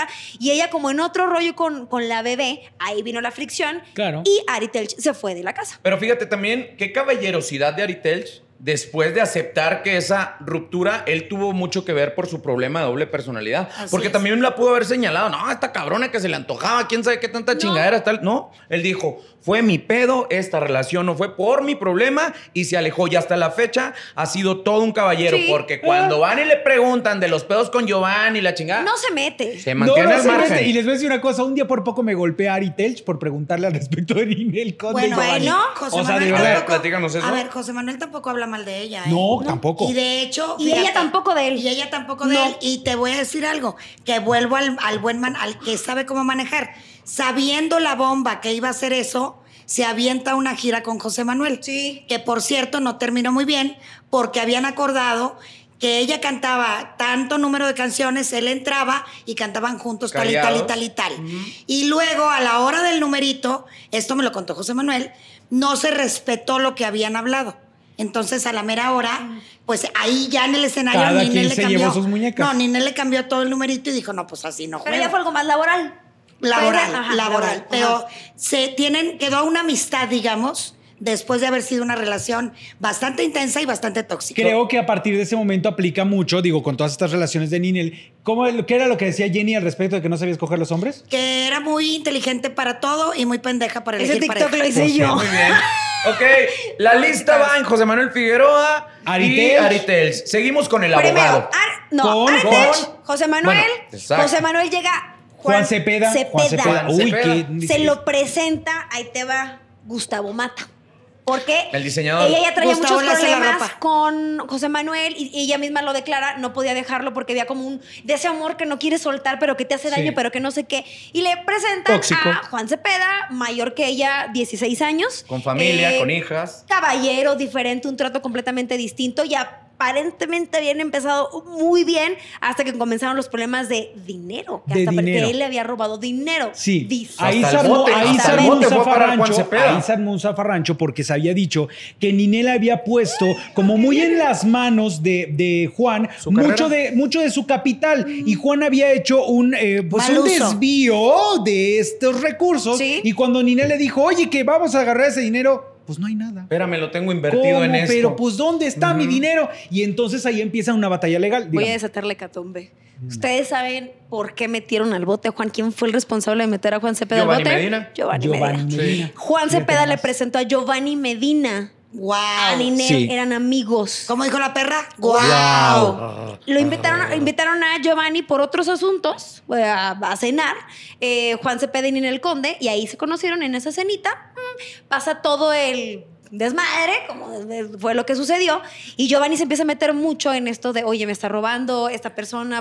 B: y ella como en otro rollo con la bebé, ahí vino la fricción.
C: Claro.
B: Y Ari Telch se fue de la casa.
D: Pero fíjate también qué caballerosidad de Ari Telch después de aceptar que esa ruptura, él tuvo mucho que ver por su problema de doble personalidad.
A: Así
D: porque
A: es.
D: también la pudo haber señalado. No, esta cabrona que se le antojaba, quién sabe qué tanta chingadera tal. No, él dijo, fue mi pedo, esta relación no fue por mi problema y se alejó. Y hasta la fecha ha sido todo un caballero.
B: Sí.
D: Porque cuando van y le preguntan de los pedos con Giovanni y la chingada,
B: No se mete.
D: se mantiene al
C: se
D: margen.
C: mete. Y les voy a decir una cosa, un día por poco me golpea Ari Telch por preguntarle al respecto de Ninel Conde.
A: Bueno,
C: O sea, de
A: Manuel
C: verdad.
A: tampoco-
D: Platícanos eso.
A: A ver, José Manuel tampoco habla mal de ella. ¿eh?
C: No, tampoco.
A: Y de hecho...
B: Y ella tampoco de él.
A: Y ella tampoco de
B: No.
A: él. Y te voy a decir algo, que vuelvo al buen man, al que sabe cómo manejar. Sabiendo la bomba que iba a hacer eso, se avienta una gira con José Manuel.
B: Sí.
A: Que por cierto no terminó muy bien, porque habían acordado que ella cantaba tanto número de canciones, él entraba y cantaban juntos tal y tal y tal y tal. Y luego, a la hora del numerito, esto me lo contó José Manuel, no se respetó lo que habían hablado. Entonces, a la mera hora, pues ahí ya en el escenario
C: Cada
A: Ninel
C: quien
A: le
C: se
A: cambió.
C: llevó sus muñecas.
A: No, Ninel le cambió todo el numerito y dijo, no, pues así no
B: Pero
A: juega.
B: ya fue algo más laboral.
A: Laboral,
B: Fue- ajá,
A: laboral. Pero
B: ajá.
A: quedó una amistad, digamos, después de haber sido una relación bastante intensa y bastante tóxica.
C: Creo que a partir de ese momento aplica mucho, digo, con todas estas relaciones de Ninel. ¿Qué era lo que decía Jenny al respecto de que no sabía escoger los hombres?
A: Que era muy inteligente para todo y muy pendeja para
B: Ese
A: elegir
B: TikTok
A: pareja.
B: lo hice
C: Pues sí.
B: yo.
D: Muy bien. Ok, la lista va en José Manuel Figueroa
C: Ari
D: y
C: Telch.
D: Ari Telch. Seguimos con el
B: Primero,
D: abogado.
C: Con-
B: Ari Telch, José Manuel.
D: Bueno, exacto.
B: José Manuel llega.
C: Juan Cepeda. Juan Cepeda. Uy,
D: Cepeda.
C: qué...
B: Se lo presenta, ahí te va Gustavo Mata. Porque
D: El diseñador.
B: ella ya traía
A: Gustavo
B: muchos
A: le hace la
B: problemas
A: ropa.
B: con José Manuel y ella misma lo declara, no podía dejarlo porque había como un de ese amor que no quiere soltar, pero que te hace daño,
C: Sí.
B: pero que no sé qué. Y le presentan
C: Tóxico.
B: a Juan Cepeda, mayor que ella, 16 años.
D: Con familia, con hijas.
B: Caballero, diferente, un trato completamente distinto y aparentemente habían empezado muy bien hasta que comenzaron los problemas de dinero. Que
C: De
B: hasta porque
C: dinero.
B: él le había robado dinero.
C: Sí,
B: Dice.
C: ahí
D: Hasta
C: se
D: el
C: armó
D: bote,
C: ahí
B: hasta
C: se
B: el
C: armó un
D: bote fue a parar Juan
C: zafarrancho,
D: Cepeda.
C: ahí se armó un zafarrancho porque se había dicho que Ninel había puesto como muy en las manos de Juan
D: Su carrera.
C: mucho de su capital y Juan había hecho un
A: Mal uso.
C: desvío de estos recursos
B: Sí.
C: y cuando Ninel le dijo, oye, que vamos a agarrar ese dinero, pues no hay nada.
D: Espérame, lo tengo invertido
C: ¿Cómo?
D: en esto.
C: Pero pues ¿dónde está mi dinero? Y entonces ahí empieza una batalla legal.
B: Voy a
C: Dígame.
B: desatarle hecatombe. ¿Ustedes saben por qué metieron al bote a Juan? ¿Quién fue el responsable de meter a Juan Cepeda
D: Giovanni
B: al bote?
D: Medina.
B: Giovanni
C: Giovanni
B: Medina.
C: Medina.
B: Juan
C: Fíjate
B: Cepeda le
C: nomás.
B: presentó a Giovanni Medina.
A: ¡Wow!
B: A Ninel
C: Sí.
B: eran amigos.
A: ¿Cómo dijo la perra?
B: ¡Guau!
A: ¡Guau!
B: Lo invitaron a Giovanni por otros asuntos, a cenar, Juan Cepeda y Ninel Conde, y ahí se conocieron en esa cenita. Pasa todo el desmadre, como fue lo que sucedió, y Giovanni se empieza a meter mucho en esto de, oye, me está robando esta persona,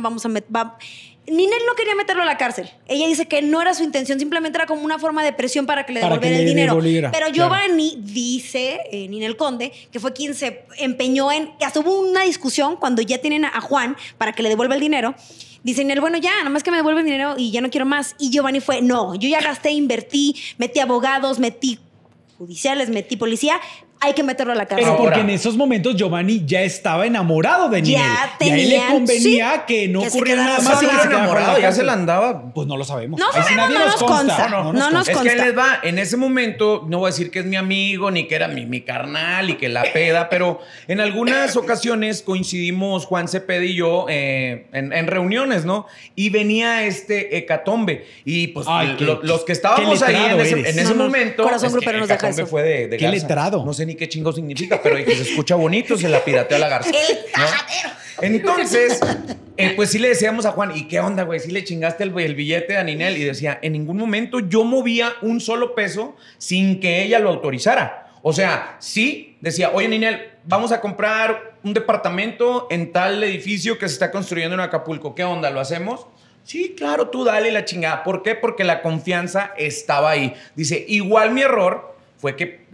B: Ninel no quería meterlo a la cárcel. Ella dice que no era su intención, simplemente era como una forma de presión para que le
C: Para que
B: devolviera el
C: le
B: dinero.
C: devolviera,
B: Pero
C: claro.
B: Giovanni dice, Ninel Conde, que fue quien se empeñó en, que hasta hubo una discusión cuando ya tienen a Juan para que le devuelva el dinero. Dice Ninel, bueno, ya, nada más que me devuelve el dinero y ya no quiero más. Y Giovanni fue, no, yo ya gasté, invertí, metí abogados, metí judiciales, metí policía, hay que meterlo a la cárcel.
C: Pero porque
D: Ahora.
C: en esos momentos Giovanni ya estaba enamorado de Ninel.
B: Ya
C: y a él le
B: tenían-
C: convenía que no
A: Que se
C: ocurriera
A: quedara
C: nada más y
A: sola.
C: que se quedara fuera de la
D: ya se
C: cárcel.
D: la andaba.
C: Pues no lo sabemos.
B: No
C: Ahí sí
B: sabemos,
C: nadie
B: no nos consta.
C: No
B: No nos
D: Es que él
B: consta.
D: les va, en ese momento, no voy a decir que es mi amigo, ni que era mi carnal, y que la peda, pero en algunas ocasiones coincidimos Juan Cepeda y yo en reuniones, ¿no? Y venía este hecatombe. Y pues
C: Ay,
D: los que estábamos
C: qué
D: ahí
C: letrado
D: en
C: eres.
D: ese
B: No, no,
D: momento.
B: corazón
D: es que
B: grupero nos deja
D: hecatombe
B: eso.
D: fue de
C: Qué
D: garza.
C: letrado.
D: No sé ni qué chingo significa, pero dije, se escucha bonito, se la pirateó a la garza. ¿no? Entonces, pues sí le decíamos a Juan, ¿y qué onda, güey? ¿Sí le chingaste el billete a Ninel? Y decía, en ningún momento yo movía un solo peso sin que ella lo autorizara. O sea, sí, decía, oye, Ninel, vamos a comprar un departamento en tal edificio que se está construyendo en Acapulco. ¿Qué onda? ¿Lo hacemos? Sí, claro, tú dale la chingada. ¿Por qué? Porque la confianza estaba ahí. Dice, igual mi error fue que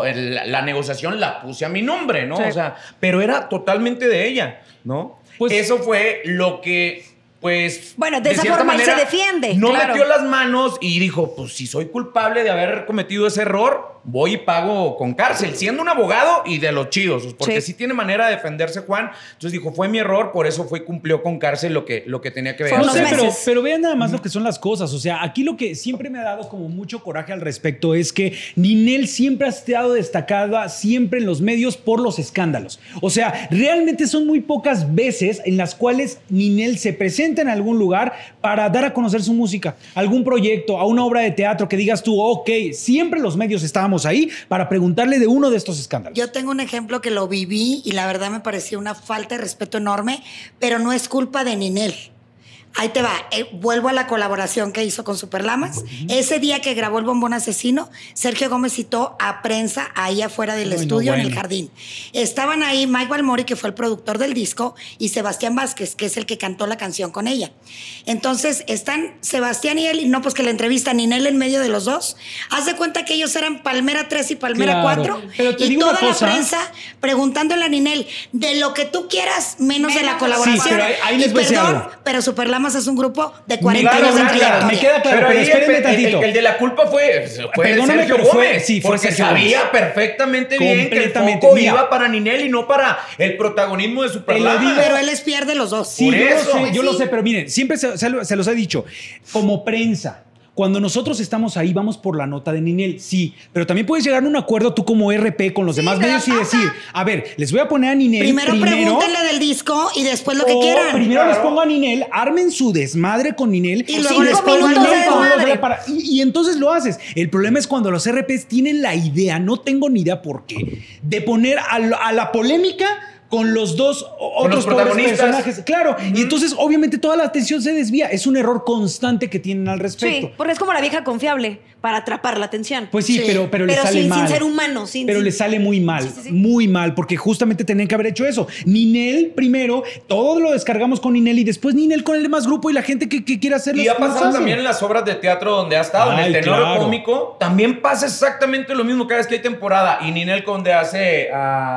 D: la negociación la puse a mi nombre, ¿no?
B: Sí.
D: O sea, pero era totalmente de ella, ¿no?
C: Pues-
D: eso fue lo que, pues...
B: Bueno, de esa
D: cierta
B: forma él se defiende,
D: No
B: claro.
D: metió las manos y dijo, pues si soy culpable de haber cometido ese error, voy y pago con cárcel, siendo un abogado y de los chidos, porque sí tiene manera de defenderse Juan. Entonces dijo, fue mi error, por eso cumplió con cárcel lo que tenía que ver.
B: Fue
C: No
B: unos
C: sé,
B: meses.
C: pero vean nada más lo que son las cosas. O sea, aquí lo que siempre me ha dado como mucho coraje al respecto es que Ninel siempre ha estado destacada siempre en los medios por los escándalos. O sea, realmente son muy pocas veces en las cuales Ninel se presenta en algún lugar para dar a conocer su música, algún proyecto, a una obra de teatro que digas tú, ok, siempre los medios estábamos ahí para preguntarle de uno de estos escándalos.
A: Yo tengo un ejemplo que lo viví y la verdad me pareció una falta de respeto enorme, pero no es culpa de Ninel. Ahí te va, vuelvo a la colaboración que hizo con Superlamas. Ese día que grabó El Bombón Asesino, Sergio Gómez citó a prensa ahí afuera del estudio en el jardín. Estaban ahí Mike Balmori, que fue el productor del disco, y Sebastián Vázquez, que es el que cantó la canción con ella. Entonces están Sebastián y él, y no, pues que la entrevista Ninel en medio de los dos. Haz de cuenta que ellos eran Palmera 3 y Palmera
C: Claro.
A: 4.
C: Pero te
A: y
C: digo
A: toda
C: una cosa.
A: la prensa preguntándole a Ninel de lo que tú quieras, menos de la
B: Menos.
A: colaboración.
C: Sí, pero ahí les
A: Y
C: voy a decir
A: perdón,
C: algo.
A: pero Superlamas es un grupo de 40
C: Claro,
A: años de
C: claro,
A: trayectoria.
C: me queda claro, pero
D: ahí
C: espérenme tantito.
D: el de la culpa fue
C: Perdóname,
D: Sergio
C: pero fue-
D: Gómez,
C: sí, fue
D: porque
C: Sergio
D: sabía
C: Gómez.
D: perfectamente bien que el
C: Completamente.
D: foco
C: Mira.
D: iba para Ninel y no para el protagonismo de
C: Te lo
D: Superlamas.
C: digo.
A: Pero él les pierde los dos.
C: Sí,
D: Por
C: yo
D: eso.
C: lo sé, yo lo
B: Sí.
C: sé, pero miren, siempre se los he dicho, como prensa, cuando nosotros estamos ahí, vamos por la nota de Ninel, sí, pero también puedes llegar a un acuerdo tú como RP con los demás
B: te la
C: medios y
B: pasa.
C: decir, a ver, les voy a poner a Ninel
A: Primero pregúntenle del disco y después lo que
C: o
A: quieran.
C: primero les pongo a Ninel, armen su desmadre con Ninel
A: Y luego les
B: 5
A: pongo al
B: minutos de
A: grupo.
B: desmadre.
C: Y entonces lo haces. El problema es cuando los RPs tienen la idea, no tengo ni idea por qué, de poner a la polémica con los dos otros
D: los
C: pobres
D: protagonistas.
C: personajes. Claro, y entonces obviamente toda la atención se desvía. Es un error constante que tienen al respecto.
B: Sí, porque es como la vieja confiable para atrapar la atención.
C: Pues sí,
A: Sí.
C: pero le sale
B: sin
C: mal.
B: ser humano.
C: Pero le sale muy mal,
B: Sí.
C: muy mal, porque justamente tenían que haber hecho eso. Ninel primero, todo lo descargamos con Ninel y después Ninel con el demás grupo y la gente que quiera hacerlo.
D: Y ha pasado también en las obras de teatro donde ha estado, en
C: Ay,
D: el tenor
C: claro.
D: cómico, también pasa exactamente lo mismo cada vez que hay temporada. Y Ninel Conde hace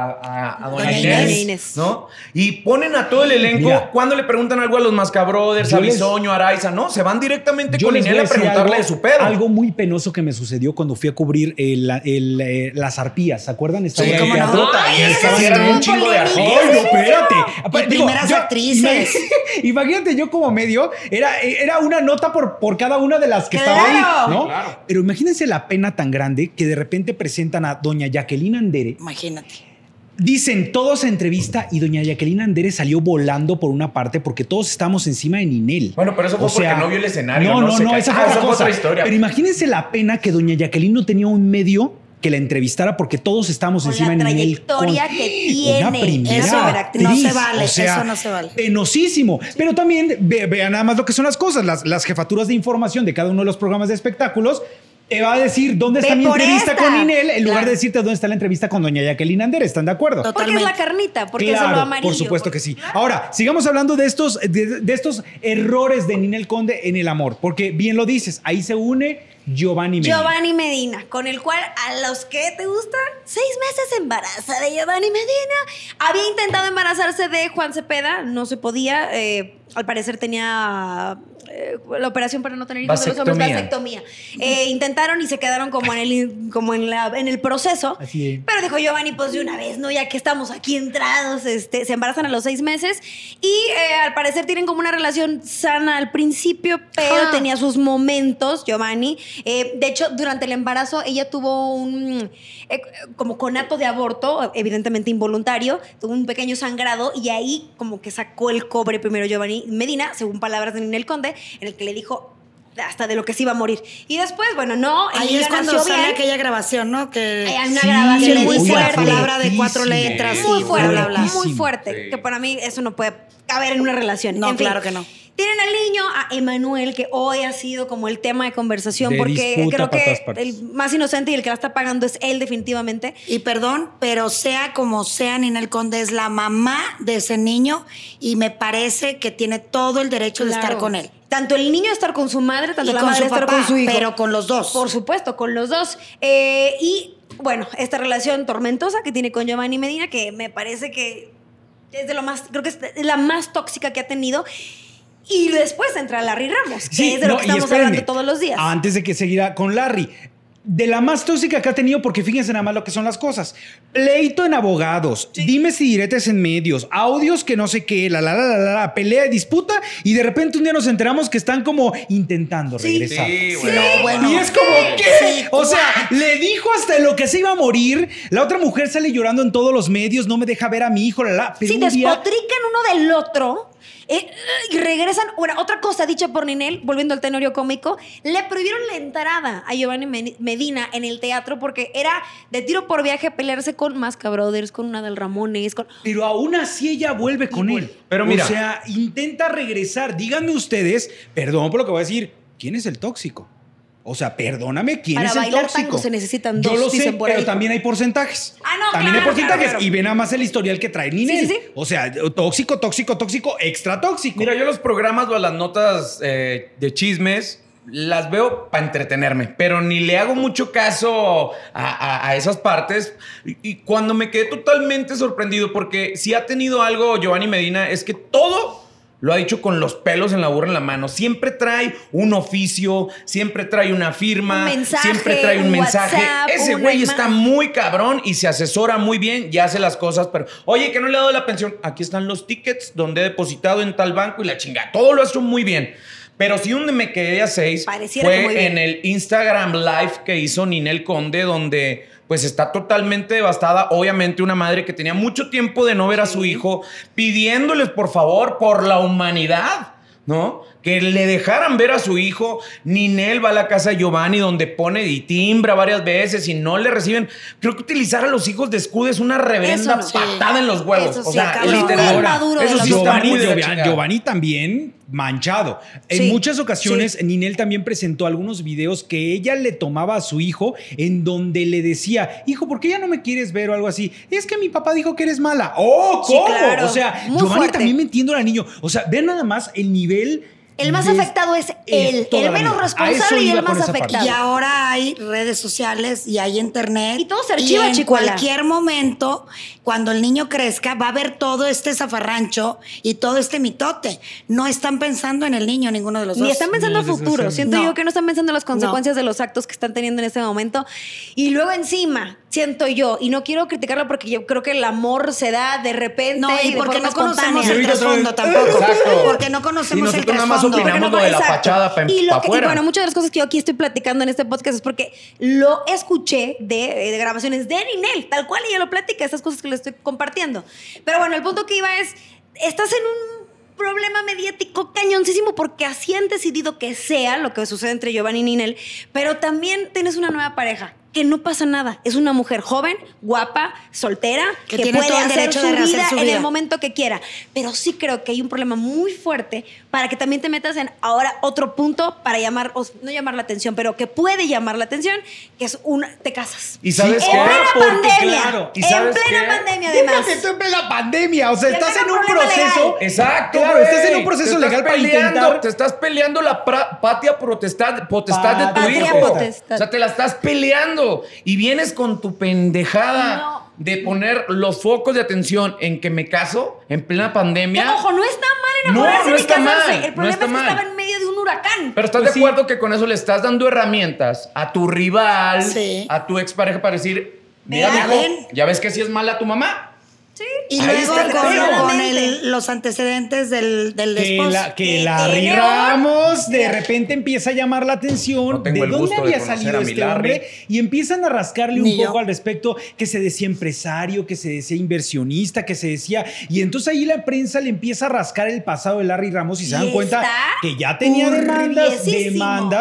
D: a Doña
A: Doña
D: Inés,
B: Inés.
D: ¿no? Y ponen a todo el elenco,
C: Mira.
D: cuando le preguntan algo a los Mascabrothers,
C: Yo
D: a
C: les-
D: Bisoño, a Araiza, ¿no? Se van directamente
C: Yo
D: con
C: les voy
D: Ninel a
C: decir
D: preguntarle de su pedo.
C: algo muy penoso que me sucedió cuando fui a cubrir las arpías, ¿se acuerdan? Esta
A: Sí,
C: obra de
A: cómo no.
C: teatro.
D: Ay,
C: Y
D: ese
C: estaban
D: sí era
C: en-
D: un chingo de artistas.
C: Ay, no, espérate.
A: Y primeras actrices.
C: Imagínate, yo como medio, era una nota por cada una de las que estaba ahí,
B: Claro.
C: ¿no?
D: Claro.
C: Pero imagínense la pena tan grande que de repente presentan a doña Jacqueline Andere.
A: Imagínate.
C: Dicen todos en entrevista y doña Jacqueline Andere salió volando por una parte porque todos estábamos encima de Ninel.
D: Bueno, pero eso fue porque no vio el escenario,
C: No,
D: ¿no?
C: no,
D: Se
C: no,
D: ca-
C: esa
D: Ah,
C: fue otra
D: esa fue
C: cosa.
D: otra historia.
C: Pero imagínense la pena que doña Jacqueline no tenía un medio que la entrevistara porque todos estábamos
B: Con
C: encima
B: la
C: de Ninel.
B: trayectoria que tiene.
C: Una primera
A: Eso
C: actriz.
A: no se vale,
C: O sea,
A: eso no se vale.
C: Penosísimo. Pero también vean nada más lo que son las cosas. Las jefaturas de información de cada uno de los programas de espectáculos te va a decir dónde está
B: Ve
C: mi
B: por
C: entrevista
B: esta.
C: con Ninel en lugar
B: Claro.
C: de decirte dónde está la entrevista con doña Jacqueline Andere. ¿Están de acuerdo?
A: Total.
B: Porque es la
A: Totalmente.
B: carnita, porque es lo amarillo.
C: por supuesto que sí. Ahora, sigamos hablando de estos errores de Ninel Conde en el amor, porque bien lo dices, ahí se une Giovanni Medina.
B: Giovanni Medina, con el cual a los que te gustan, 6 meses embaraza de Giovanni Medina. Había intentado embarazarse de Juan Cepeda, no se podía. Al parecer tenía la operación para no tener hijos de los hombres, vasectomía. Intentaron y se quedaron como en el proceso.
C: Así es.
B: Pero dijo Giovanni, pues de una vez, ¿no? Ya que estamos aquí entrados, se embarazan a los 6 meses y al parecer tienen como una relación sana al principio, pero
A: Ah.
B: tenía sus momentos, Giovanni. De hecho, durante el embarazo ella tuvo un como conato de aborto, evidentemente involuntario, tuvo un pequeño sangrado y ahí como que sacó el cobre primero Giovanni Medina, según palabras de Ninel Conde, en el que le dijo hasta de lo que se iba a morir. Y después, bueno, no, el
A: Ahí
B: niño
A: es cuando
B: nació
A: sale
B: bien.
A: aquella grabación, ¿no? Que
B: Hay una
C: Sí,
B: grabación
A: que le
B: muy
A: dice la
B: fuerte.
A: palabra de 4 letras
B: Muy
A: y
B: fuerte,
A: bla, bla, bla.
B: muy
C: Fuertísimo.
B: fuerte.
D: Sí.
B: Que para mí eso no puede caber en una relación.
A: No,
B: En fin,
A: claro que no.
B: Tienen al niño, a Emanuel, que hoy ha sido como el tema de conversación,
C: De
B: porque
C: disputa
B: creo
C: para todas
B: que
C: partes.
B: el más inocente y el que la está pagando es él definitivamente.
A: Y perdón, pero sea como sea, Ninel Conde es la mamá de ese niño y me parece que tiene todo el derecho de
B: Claro.
A: estar con él.
B: Tanto el niño estar con su madre, tanto
A: Y
B: la
A: con
B: madre
A: su
B: estar
A: papá,
B: con su hijo.
A: pero con los dos.
B: Por supuesto, con los dos. Y bueno, esta relación tormentosa que tiene con Giovanni Medina, que me parece que es de lo más, creo que es la más tóxica que ha tenido. Y después entra Larry Ramos, que es de lo que estamos hablando todos los días.
C: Antes de que seguirá con Larry. De la más tóxica que ha tenido, porque fíjense nada más lo que son las cosas. Pleito en abogados, dimes y diretes en medios, audios que no sé qué, pelea y disputa, y de repente un día nos enteramos que están como intentando regresar.
D: Sí,
C: Y es como, ¿qué? O sea, le dijo hasta en lo que se iba a morir. La otra mujer sale llorando en todos los medios, no me deja ver a mi hijo, pero
B: Sí,
C: un día...
B: despotrican uno del otro y regresan. Bueno, otra cosa dicha por Ninel, volviendo al tenorio cómico, le prohibieron la entrada a Giovanni Medina en el teatro porque era de tiro por viaje pelearse con Masca Brothers, con Adal Ramones, con...
C: Pero aún así ella vuelve con él.
D: Pero mira.
C: O sea, intenta regresar. Díganme ustedes, perdón por lo que voy a decir, ¿quién es el tóxico? O sea, perdóname, ¿quién
B: Para
C: es el
B: bailar
C: tóxico?
B: tango se necesitan
C: Yo
B: dos,
C: lo sé,
B: dicen por
C: pero
B: ahí.
C: también hay porcentajes.
B: Ah, no,
C: también
B: claro,
C: hay porcentajes.
B: claro.
C: Y ve nada más el historial que trae Ninel.
B: Sí.
C: O sea, tóxico, extra tóxico.
D: Mira, yo los programas o las notas de chismes las veo para entretenerme, pero ni le hago mucho caso a esas partes. Y cuando me quedé totalmente sorprendido, porque si ha tenido algo Giovanni Medina, es que todo lo ha dicho con los pelos en la burra en la mano. Siempre trae un oficio, siempre trae una firma,
B: Un mensaje,
D: siempre trae un mensaje.
B: WhatsApp,
D: Ese
B: una
D: güey
B: imagen.
D: está muy cabrón y se asesora muy bien y hace las cosas, pero oye, que no le ha dado la pensión. Aquí están los tickets donde he depositado en tal banco y la chinga. Todo lo ha hecho muy bien. Pero sí donde me quedé a 6
B: Pareciera que muy
D: fue
B: bien.
D: en el Instagram Live que hizo Ninel Conde, donde pues está totalmente devastada. Obviamente una madre que tenía mucho tiempo de no ver a su hijo, pidiéndoles por favor, por la humanidad, ¿no? Que le dejaran ver a su hijo. Ninel va a la casa de Giovanni donde pone y timbra varias veces y no le reciben. Creo que utilizar a los hijos de escudo es una reverenda
B: Eso no.
D: patada en los huevos.
B: Eso sí,
D: o sea,
B: cabrón.
D: literal.
B: Muy maduro de
D: Eso
B: los
D: sí
B: dos
D: está
B: padres.
D: muy de la chingada.
C: Giovanni también manchado. En
B: Sí,
C: muchas ocasiones, Ninel también presentó algunos videos que ella le tomaba a su hijo en donde le decía, hijo, ¿por qué ya no me quieres ver o algo así? Es que mi papá dijo que eres mala. ¡Oh,
B: Sí,
C: cómo!
B: claro.
C: O sea,
B: Muy
C: Giovanni
B: fuerte.
C: también metiendo al niño. O sea, vean nada más el nivel...
B: El más afectado es él,
C: toda
B: el
C: la
B: menos
C: vida. A eso
B: responsable y
C: iba
B: el
C: con
B: más
C: esa parte.
B: afectado.
A: Y ahora hay redes sociales y hay internet.
B: Y todo se archiva,
A: y en
B: chicuela.
A: cualquier momento, cuando el niño crezca, va a ver todo este zafarrancho y todo este mitote. No están pensando en el niño ninguno de los dos.
B: Ni están pensando a
C: No,
B: futuro.
C: desgraciadamente.
B: Siento
A: No.
B: yo que no están pensando en las consecuencias de los actos que están teniendo en este momento. Y luego encima, siento yo, y no quiero criticarlo porque yo creo que el amor se da de repente.
A: No, y
B: de
A: porque
B: forma
A: no conocemos
B: espontánea.
A: el trasfondo tampoco.
D: Exacto.
A: Porque no conocemos
D: Y
A: el
D: nosotros nada más
A: trasfondo.
D: opinamos
B: Porque
D: lo de la
B: exacto.
D: fachada para
B: y
D: afuera.
B: bueno, muchas de las cosas que yo aquí estoy platicando en este podcast es porque lo escuché de grabaciones de Ninel, tal cual ella lo platica, estas cosas que le estoy compartiendo. Pero bueno, el punto que iba es, estás en un problema mediático cañoncísimo porque así han decidido que sea lo que sucede entre Giovanni y Ninel, pero también tienes una nueva pareja. Que no pasa nada. Es una mujer joven, guapa, soltera,
A: Que
B: que
A: tiene
B: puede
A: todo el
B: hacer
A: derecho
B: su
A: de rehacer
B: vida
A: su
B: en
A: vida.
B: el momento que quiera. Pero sí creo que hay un problema muy fuerte para que también te metas en ahora otro punto para llamar, no llamar la atención, pero que puede llamar la atención, que es te casas.
D: ¿Y sabes
B: en
D: qué?
B: plena
C: Porque,
B: pandemia.
C: claro,
D: ¿y sabes
B: en plena
D: qué?
B: pandemia, además.
C: Déjate tú en plena pandemia. O sea,
B: Y
C: estás
B: pleno
C: en un
B: problema
C: proceso...
B: legal.
D: Exacto.
C: Claro,
D: güey.
C: estás en un proceso
D: Te estás
C: legal para
D: peleando,
C: intentar-
D: Te estás peleando la patria potestad de tu
B: Patria
D: hijo.
B: potestad.
D: O sea, te la estás peleando. Y vienes con tu pendejada
B: No.
D: de poner los focos de atención en que me caso en plena pandemia.
B: Que, ojo, no está mal
D: No,
B: enamorarse
D: no
B: ni
D: está
B: casarse.
D: mal,
B: El
D: no
B: problema
D: está
B: es que
D: mal.
B: estaba en medio de un huracán.
D: Pero ¿estás
C: Pues
D: de
C: sí.
D: acuerdo que con eso le estás dando herramientas a tu rival,
A: Sí.
D: a tu expareja para decir, mira,
B: Vea,
D: mijo,
A: ven.
D: ya ves que sí es mala tu mamá?
B: Sí.
A: Y
D: Ahí
A: luego
D: está el pedo.
A: con los antecedentes del esposo.
C: Que Larry
B: tiene
C: Ramos de repente empieza a llamar la atención.
D: No tengo
C: ¿De
D: el
C: dónde
D: gusto de
C: había
D: conocer
C: salido
D: a mi
C: este
D: Larry.
C: hombre? Y empiezan a rascarle
A: Ni
C: un
A: yo.
C: poco al respecto, que se decía empresario, que se decía inversionista, que se decía... Y entonces ahí la prensa le empieza a rascar el pasado de Larry Ramos y se
B: Y
C: dan cuenta
B: está
C: que ya tenía
B: turbiesísimo.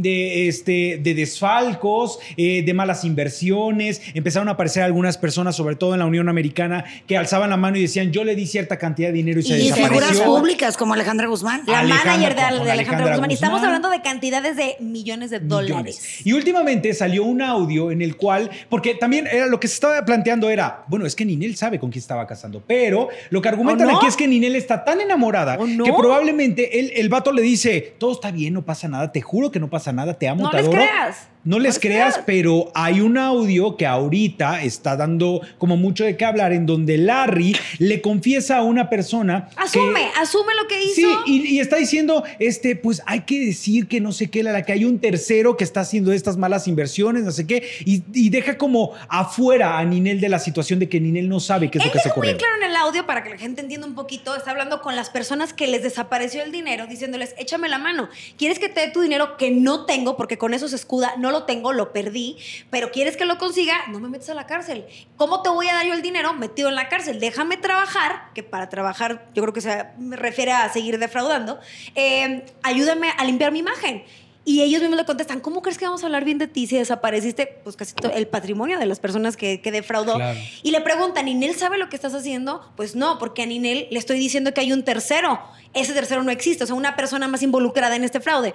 C: de desfalcos, de malas inversiones. Empezaron a aparecer algunas personas, sobre todo en la Unión Americana, que alzaban la mano y decían, yo le di cierta cantidad de dinero y se
A: Y
C: desapareció.
A: figuras públicas como Alejandra Guzmán.
B: La manager de
C: Alejandra
B: Alejandra Guzmán. Y estamos
C: Guzmán.
B: hablando de cantidades de millones de dólares.
C: Y últimamente salió un audio en el cual, porque también era lo que se estaba planteando era, bueno, es que Ninel sabe con quién estaba casando, pero lo que argumentan
B: ¿O no?
C: aquí es que Ninel está tan enamorada
B: ¿O no?
C: que probablemente el vato le dice, todo está bien, no pasa nada, te juro que no pasa nada, te amo,
B: No
C: te
B: les
C: adoro.
B: creas.
C: No les creas, pero hay un audio que ahorita está dando como mucho de qué hablar, en donde Larry le confiesa a una persona
B: Asume lo que hizo.
C: Sí, y está diciendo, pues hay que decir que no sé qué, que hay un tercero que está haciendo estas malas inversiones, no sé qué, y deja como afuera a Ninel de la situación de que Ninel no sabe qué es lo que se
B: Él deja muy
C: corre.
B: claro en el audio, para que la gente entienda un poquito, está hablando con las personas que les desapareció el dinero, diciéndoles, échame la mano. ¿Quieres que te dé tu dinero que no tengo? Porque con eso se escuda, no lo tengo, lo perdí, pero ¿quieres que lo consiga? No me metes a la cárcel. ¿Cómo te voy a dar yo el dinero metido en la cárcel? Déjame trabajar, que para trabajar yo creo que se refiere a seguir defraudando. Ayúdame a limpiar mi imagen. Y ellos mismos le contestan, ¿cómo crees que vamos a hablar bien de ti si desapareciste pues casi todo el patrimonio de las personas que defraudó?
C: Claro.
B: Y le preguntan, ¿Ninel sabe lo que estás haciendo? Pues no, porque a Ninel le estoy diciendo que hay un tercero. Ese tercero no existe, o sea, una persona más involucrada en este fraude.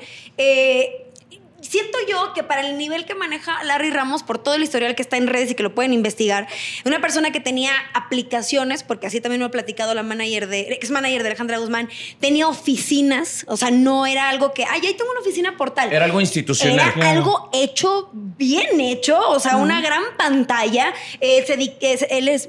B: Siento yo que para el nivel que maneja Larry Ramos, por todo el historial que está en redes y que lo pueden investigar, una persona que tenía aplicaciones, porque así también me ha platicado la ex manager de Alejandra Guzmán, tenía oficinas, o sea, no era algo que, ahí tengo una oficina por tal.
D: Era algo institucional.
B: Era algo hecho, bien hecho, o sea, una gran pantalla. Él es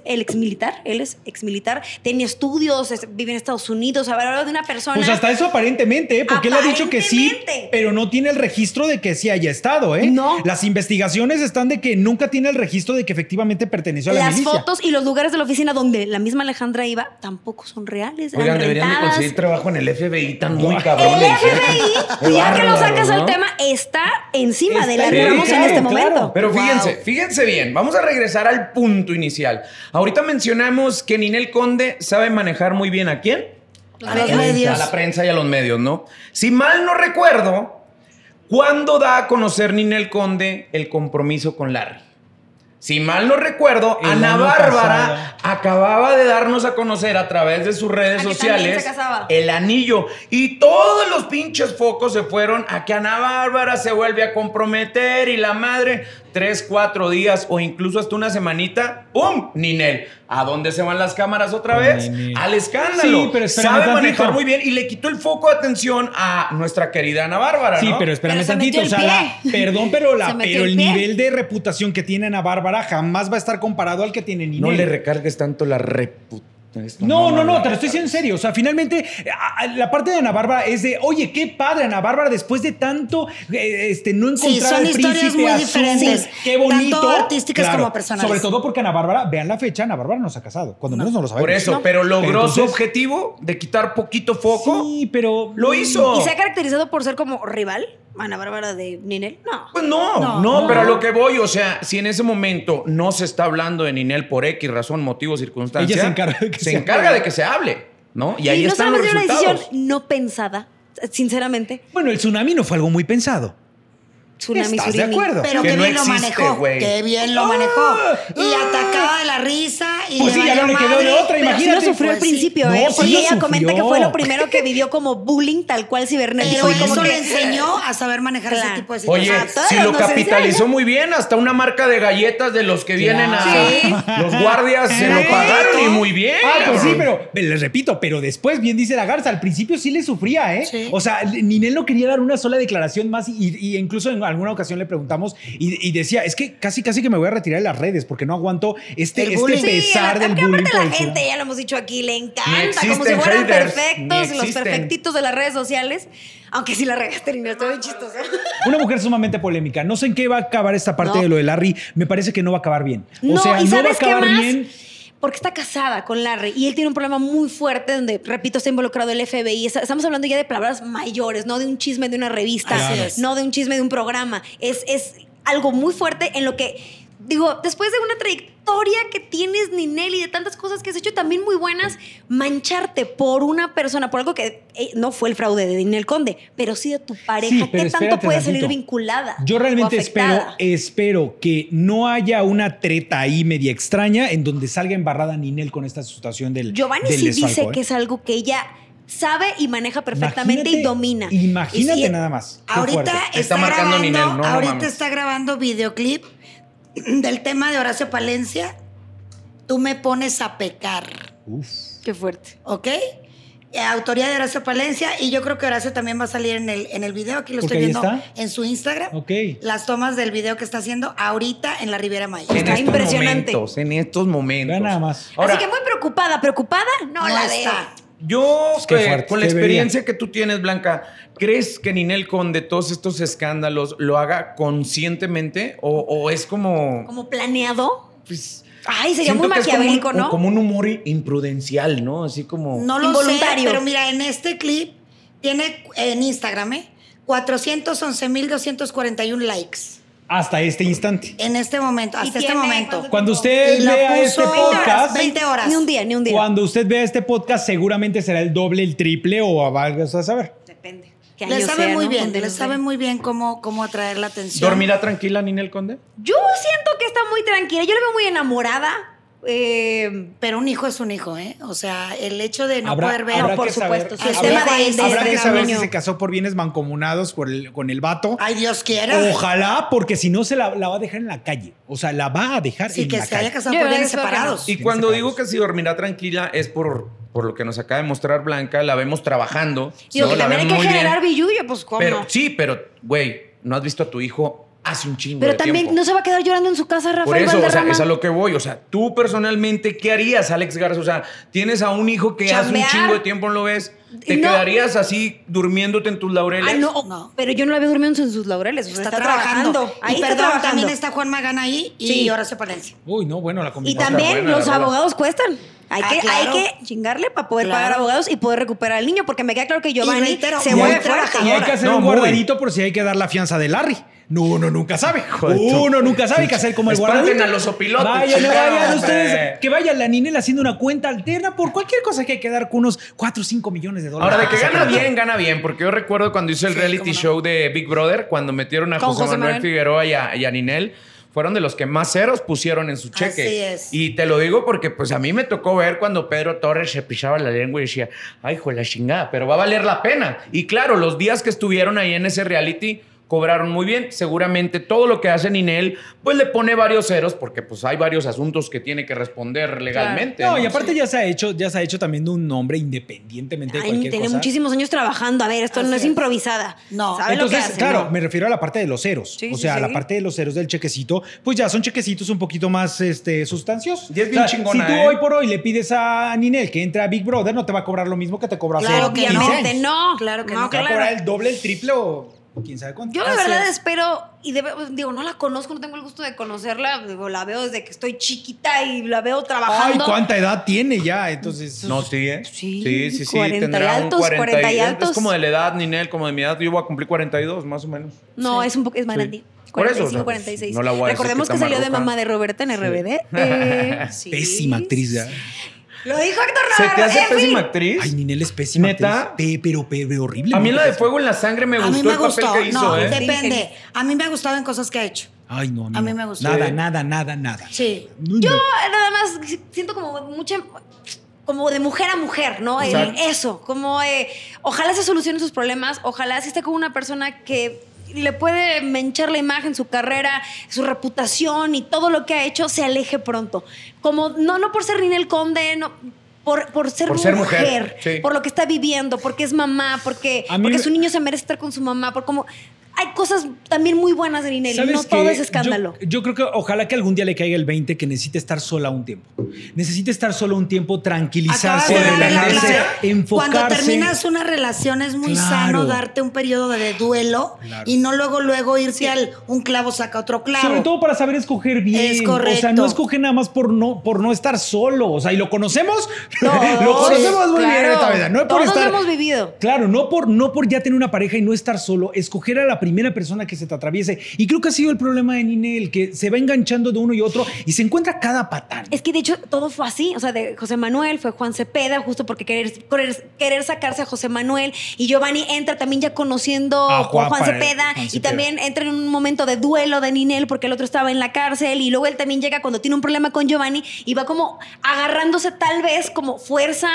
B: exmilitar, tenía estudios, vive en Estados Unidos, habla de una persona.
C: Pues hasta eso aparentemente, porque él ha dicho que sí,
B: Aparentemente.
C: pero no tiene el registro de que sí haya estado, ¿eh?
B: No.
C: Las investigaciones están de que nunca tiene el registro de que efectivamente perteneció a la
B: Las
C: milicia.
B: fotos y los lugares de la oficina donde la misma Alejandra iba tampoco son reales. eran
D: Oigan, deberían de
B: rentadas.
D: conseguir trabajo en el FBI tan muy
B: El
D: cabrones.
B: FBI, ya que lo sacas al tema, está encima
C: Está
B: de la
C: bien,
B: Ramos en
C: claro,
B: este
C: claro.
B: momento.
D: Pero
B: Wow.
D: fíjense bien, vamos a regresar al punto inicial. Ahorita mencionamos que Ninel Conde sabe manejar muy bien ¿a quién?
A: A los medios.
D: A la prensa y a los medios, ¿no? Si mal no recuerdo, ¿cuándo da a conocer Ninel Conde el compromiso con Larry? Si mal no recuerdo,
C: El
D: Ana
C: año
D: Bárbara acababa de darnos a conocer a través de sus redes
B: A que
D: sociales
B: también se casaba.
D: el anillo. Y todos los pinches focos se fueron a que Ana Bárbara se vuelve a comprometer y la madre, 3, 4 días o incluso hasta una semanita, ¡pum! Ninel. ¿A dónde se van las cámaras otra vez?
C: Ninel.
D: Al escándalo.
C: Sí, pero espérame
D: sabe
C: tantito.
D: manejar muy bien y le quitó el foco de atención a nuestra querida Ana Bárbara,
C: Sí,
D: ¿no?
C: pero espérame
B: Pero se
C: tantito.
B: metió
C: O
B: el
C: sea,
B: pie.
C: perdón,
B: Se metió
C: pero
B: el
C: el
B: pie.
C: nivel de reputación que tiene Ana Bárbara jamás va a estar comparado al que tiene Ninel.
D: No le recargues tanto la reputación.
C: No, te lo estoy diciendo en serio. O sea, finalmente, la parte de Ana Bárbara es de, oye, qué padre, Ana Bárbara, después de tanto no encontrar
A: Sí, son
C: al
A: historias
C: príncipe
A: muy
C: azul,
A: diferentes.
C: qué bonito.
A: Tanto artísticas
C: Claro,
A: como personales.
C: Sobre todo porque Ana Bárbara, vean la fecha, Ana Bárbara no se ha casado. Cuando menos no lo sabemos.
D: Por eso,
B: No.
D: pero logró
C: Pero
D: su
C: entonces-
D: objetivo de quitar poquito foco.
C: Sí, pero...
D: Lo hizo.
B: ¿Y se ha caracterizado por ser como rival? Ana Bárbara de Ninel. No.
D: Pues no, pero a lo que voy, o sea, si en ese momento no se está hablando de Ninel por X razón, motivo, circunstancia,
C: Ella se encarga de que
D: se
C: se
D: encarga
C: hable.
D: de que se hable, ¿no? Y ahí
B: no
D: están los
B: solamente una
D: resultados.
B: decisión no pensada, sinceramente.
C: Bueno, el tsunami no fue algo muy pensado.
B: Tsunami
C: ¿Estás de
B: Surimi.
C: acuerdo?
A: Pero
D: Que
A: que
D: no
A: bien lo
D: existe,
A: manejó.
D: güey.
A: Que bien lo manejó. Y atacaba de la risa. Y
C: Pues
A: le
C: sí, ya no
A: valió
C: le quedó de
A: madre.
C: otra,
B: Pero sí lo
C: imagínate.
B: sufrió al
A: Pues sí.
B: principio,
C: No,
B: ¿eh?
C: sí
B: Porque
C: lo
B: ella comenta
C: sufrió.
B: que fue lo primero que vivió como bullying tal cual cibernético.
A: Pero
B: Y como
A: eso
B: que
A: le enseñó a saber manejar
B: Claro.
A: ese tipo de
D: Oye,
A: situaciones.
B: todos
D: si lo
B: nos
D: capitalizó
B: enseñan.
D: muy bien, hasta una marca de galletas de los que vienen a
B: Sí.
D: los guardias se lo pagaron y muy bien.
C: Ah, pues sí,
D: cabrón.
C: pero les repito, pero después, bien dice la Garza, al principio sí le sufría, ¿eh?
A: Sí.
C: O sea, Ninel no quería dar una sola declaración más y incluso en alguna ocasión le preguntamos y decía, es que casi que me voy a retirar de las redes porque no aguanto este
A: bullying.
C: pesar del
B: porque
C: bullying.
B: aparte
C: por
B: la
C: el
B: gente,
C: ciudadano.
B: ya lo hemos dicho aquí, le
D: Ni
B: encanta, como si
D: existen
B: fueran
D: haters,
B: perfectos,
D: ni
B: los
D: existen.
B: perfectitos de las redes sociales. Aunque sí la regaste, Ninel, estoy bien chistosa.
C: Una mujer sumamente polémica. No sé en qué va a acabar esta parte
B: No.
C: de lo de Larry. Me parece que no va a acabar bien.
B: No,
C: o sea,
B: ¿y
C: no va a
B: sabes qué
C: acabar
B: más?
C: bien.
B: Porque está casada con Larry y él tiene un problema muy fuerte donde, repito, está involucrado el FBI. Estamos hablando ya de palabras mayores, no de un chisme de una revista,
A: Así es.
B: no de un chisme de un programa. Es algo muy fuerte en lo que digo, después de una trayectoria que tienes, Ninel, y de tantas cosas que has hecho también muy buenas, mancharte por una persona, por algo que no fue el fraude de Ninel Conde, pero sí de tu pareja,
C: Sí, pero
B: ¿qué tanto
C: espérate
B: puede salir
C: tantito.
B: vinculada?
C: Yo realmente
B: o afectada?
C: espero que no haya una treta ahí media extraña en donde salga embarrada Ninel con esta situación del
B: Giovanni
C: del
B: sí dice
C: desfalco,
B: que es algo que ella sabe y maneja perfectamente y domina.
C: Imagínate
B: Y sí,
C: nada más. Qué
A: Ahorita
C: fuerte.
A: está
D: marcando
A: grabando,
D: Ninel, no
A: ahorita
D: mames.
A: está grabando videoclip del tema de Horacio Palencia. Tú me pones a pecar,
C: Uf.
B: Qué fuerte.
A: ¿ok? Autoría de Horacio Palencia, y yo creo que Horacio también va a salir en el video. Aquí lo
C: Porque
A: estoy
C: ahí
A: viendo
C: está.
A: en su Instagram.
C: Ok.
A: Las tomas del video que está haciendo ahorita en la Riviera Maya.
D: En
B: Está
D: estos
B: impresionante.
D: momentos, en estos momentos.
C: Vean nada más.
D: Ahora,
B: Así que muy preocupada, no,
A: No
B: la
A: está.
B: veo.
D: yo,
C: Qué fuerte,
D: con la
C: debería.
D: experiencia que tú tienes, Blanca, ¿crees que Ninel Conde, todos estos escándalos, lo haga conscientemente o es como...
B: Como planeado.
D: pues,
B: Ay, sería
D: siento
B: muy
D: que es
B: maquiavélico, ¿no?
D: Como un humor imprudencial, ¿no? Así como...
A: No lo sé,
B: Involuntario.
A: pero mira, en este clip tiene en Instagram, 411,241 likes.
C: Hasta este instante.
A: En este momento,
B: ¿Y
A: hasta este
B: tiene
A: momento.
B: cuánto
C: Cuando
B: tiempo?
C: usted
A: Y lo
C: vea
A: puso
C: este
A: 20 horas,
C: podcast,
A: 20 horas.
B: Ni un día.
C: cuando usted vea este podcast, seguramente será el doble, el triple o valga a saber.
B: Depende. ¿Qué
A: Le
B: año
A: sabe
B: sea,
A: muy
B: ¿no?
A: bien,
B: Donde
A: le
B: nos
A: sabe
B: ven.
A: muy bien cómo atraer la atención.
D: ¿Dormirá tranquila Ninel Conde?
B: Yo siento que está muy tranquila. Yo la veo muy enamorada.
A: Pero un hijo es un hijo, ¿eh? O sea, el hecho de no
C: Habrá-
A: poder ver.
C: habrá
B: por
C: que
B: supuesto,
C: saber-
B: sí,
A: el
C: habrá-
A: tema de
C: habrá que
B: del
C: saber
B: niño.
C: si se casó por bienes mancomunados con el vato.
A: Ay, Dios quiera.
C: Ojalá, porque si no se la va a dejar en la calle. O sea, la va a dejar
A: Sí,
C: en
A: que
C: la
A: se haya
C: calle.
A: casado
B: Yo
A: por
B: de
A: bienes
B: verdad espero que no.
A: separados.
D: Y
C: Sí,
D: cuando
C: separados.
D: digo que si dormirá tranquila es por lo que nos acaba de mostrar Blanca, la vemos trabajando.
B: Digo,
D: ¿no?
B: que
D: La
B: también hay
D: vemos
B: que
D: muy bien.
B: generar billullo, pues cómo.
D: Pero sí, pero, güey, no has visto a tu hijo hace un chingo
B: Pero
D: de
B: también
D: tiempo.
B: no se va a quedar llorando en su casa,
D: Por
B: Rafael
D: eso, o sea,
B: Valderrama.
D: es a lo que voy. O sea, tú personalmente, ¿qué harías, Alex Garza? O sea, tienes a un hijo que hace un
B: Chambear.
D: chingo de tiempo no lo ves. ¿Te
B: No.
D: quedarías así durmiéndote en tus laureles?
B: Ah, no,
A: No.
B: pero yo no la veo durmiendo en sus laureles. O sea,
A: Está trabajando.
B: Ahí
A: y
B: está
A: perdón,
B: trabajando.
A: también está Juan Magán ahí y
B: Sí.
A: Horacio Palencia.
C: Uy, no, bueno, la
B: Y
C: combinación.
B: también
D: buena la
B: los
D: rola.
B: abogados cuestan. Hay
A: Claro.
B: que chingarle para poder
A: Claro.
B: pagar abogados y poder recuperar al niño, porque me queda claro que Giovanni
A: reitero,
B: se
A: y
B: mueve
A: hay
B: fuerte.
A: trabajadora.
C: Y hay que hacer
D: No,
C: un
D: muy.
C: guardadito por si hay que dar la fianza de Larry. No, uno nunca sabe.
D: de tu-
C: Uno nunca sabe. Hay que hacer como el
D: Espanten
C: guardadito.
D: a los opilotes,
C: Vayan
D: chingada,
C: ustedes.
D: hombre.
C: Que vaya la Ninel haciendo una cuenta alterna por cualquier cosa que hay que dar con unos 4 o 5 millones de dólares.
D: Ahora, de que gana bien, porque yo recuerdo cuando hizo el
A: Sí,
D: reality
A: cómo no.
D: show de Big Brother, cuando metieron a
B: Con
D: José
B: José
D: Manuel
B: Manuel.
D: Figueroa y a Ninel, fueron de los que más ceros pusieron en su cheque.
A: Así es.
D: Y te lo digo porque pues a mí me tocó ver cuando Pedro Torres se pisaba la lengua y decía, ay, hijo de la chingada, pero va a valer la pena. Y claro, los días que estuvieron ahí en ese reality cobraron muy bien. Seguramente todo lo que hace Ninel, pues le pone varios ceros porque pues hay varios asuntos que tiene que responder legalmente.
C: No, y aparte ya se ha hecho también de un nombre independientemente de
B: Ay,
C: cualquier
B: tiene
C: cosa.
B: muchísimos años trabajando. A ver, esto
A: Así
B: no es
A: es.
B: improvisada.
A: No.
B: ¿Sabe lo que
C: Entonces,
B: hace?
C: claro,
B: No.
C: me refiero a la parte de los ceros.
B: Sí,
C: o
B: sí,
C: sea,
B: sí.
C: la parte de los ceros del chequecito, pues ya son chequecitos un poquito más sustanciosos.
D: Y es bien chingona,
C: Si tú
D: ¿eh?
C: hoy por hoy le pides a Ninel que entre a Big Brother, no te va a cobrar lo mismo que te cobra hace
A: Claro que
C: 15
A: no.
B: Obviamente
C: años.
B: no.
A: Claro que
B: no.
A: no.
C: Te va a
B: Claro.
C: cobrar el doble, el triple o quién sabe cuánto.
B: Yo de
A: Así
B: verdad
A: es.
B: espero, y digo, no la conozco, no tengo el gusto de conocerla, digo, la veo desde que estoy chiquita y la veo
C: Ay,
B: trabajando.
C: ¿cuánta edad tiene ya? Entonces.
D: No, sí, ¿eh?
B: Sí,
D: sí.
B: 40 y
D: Tendrá un
B: altos, 40 y altos.
D: Es como de la edad, Ninel, como de mi edad. Yo voy a cumplir 42, más o menos.
B: No,
A: Sí.
B: es un poco, es más
D: Sí.
B: grande.
D: Por eso,
B: 45,
D: o sea,
B: 46.
D: no la voy a decir
B: Recordemos
D: que
B: que
D: está
B: salió de
D: marroja.
B: mamá de Roberta en RBD. Sí.
C: Pésima actriz ya.
B: Lo dijo Héctor
D: ¿Se te
B: Navarro.
D: hace
B: En fin.
D: pésima actriz?
C: Ay, Ninel es pésima.
D: ¿Neta?
C: actriz. Pero horrible.
D: A mí la de Fuego en la Sangre me
A: A
D: gustó
A: mí me
D: el papel
A: gustó.
D: que hizo,
A: No,
D: ¿eh?
A: depende. A mí me ha gustado en cosas que ha hecho.
C: Ay, no,
A: A mí me gustó.
C: Nada,
D: Sí.
C: nada.
A: Sí.
C: No,
B: Yo
C: no.
B: nada más siento como mucha, como de mujer a mujer, ¿no?
D: Exacto.
B: Eso, como ojalá se solucionen sus problemas, ojalá si esté con una persona que le puede manchar la imagen, su carrera, su reputación y todo lo que ha hecho, se aleje pronto. Como no por ser Ninel Conde, no, por ser
D: Por
B: mujer,
D: ser mujer, sí.
B: por lo que está viviendo, porque es mamá, porque
C: A mí
B: porque
C: me-
B: su niño se merece estar con su mamá, por como hay cosas también muy buenas de Ninel, y
C: ¿Sabes
B: no
C: qué?
B: todo es escándalo.
C: Yo creo que ojalá que algún día le caiga el 20 que necesite estar sola un tiempo. Necesita estar sola un tiempo, tranquilizarse,
A: Acabas de darle la
C: relajarse,
A: clave.
C: enfocarse.
A: Cuando terminas una relación es muy
C: Claro.
A: sano darte un periodo de duelo
C: Claro.
A: y no luego irte al un clavo saca otro clavo.
C: Sobre todo para saber escoger bien.
A: Es correcto.
C: O sea, no escoger nada más por no estar solo. O sea, y lo conocemos.
B: Todos,
C: lo conocemos muy bien
B: claro.
C: esta vida. No es por
B: Todos
C: estar.
B: lo hemos vivido.
C: Claro, no por ya tener una pareja y no estar solo, escoger a la primera persona que se te atraviese. Y creo que ha sido el problema de Ninel, que se va enganchando de uno y otro y se encuentra cada patán.
B: Es que de hecho todo fue así, o sea, de José Manuel fue Juan Cepeda, justo porque querer sacarse a José Manuel, y Giovanni entra también ya conociendo a Juan Cepeda, y también entra en un momento de duelo de Ninel porque el otro estaba en la cárcel, y luego él también llega cuando tiene un problema con Giovanni y va como agarrándose tal vez como fuerza,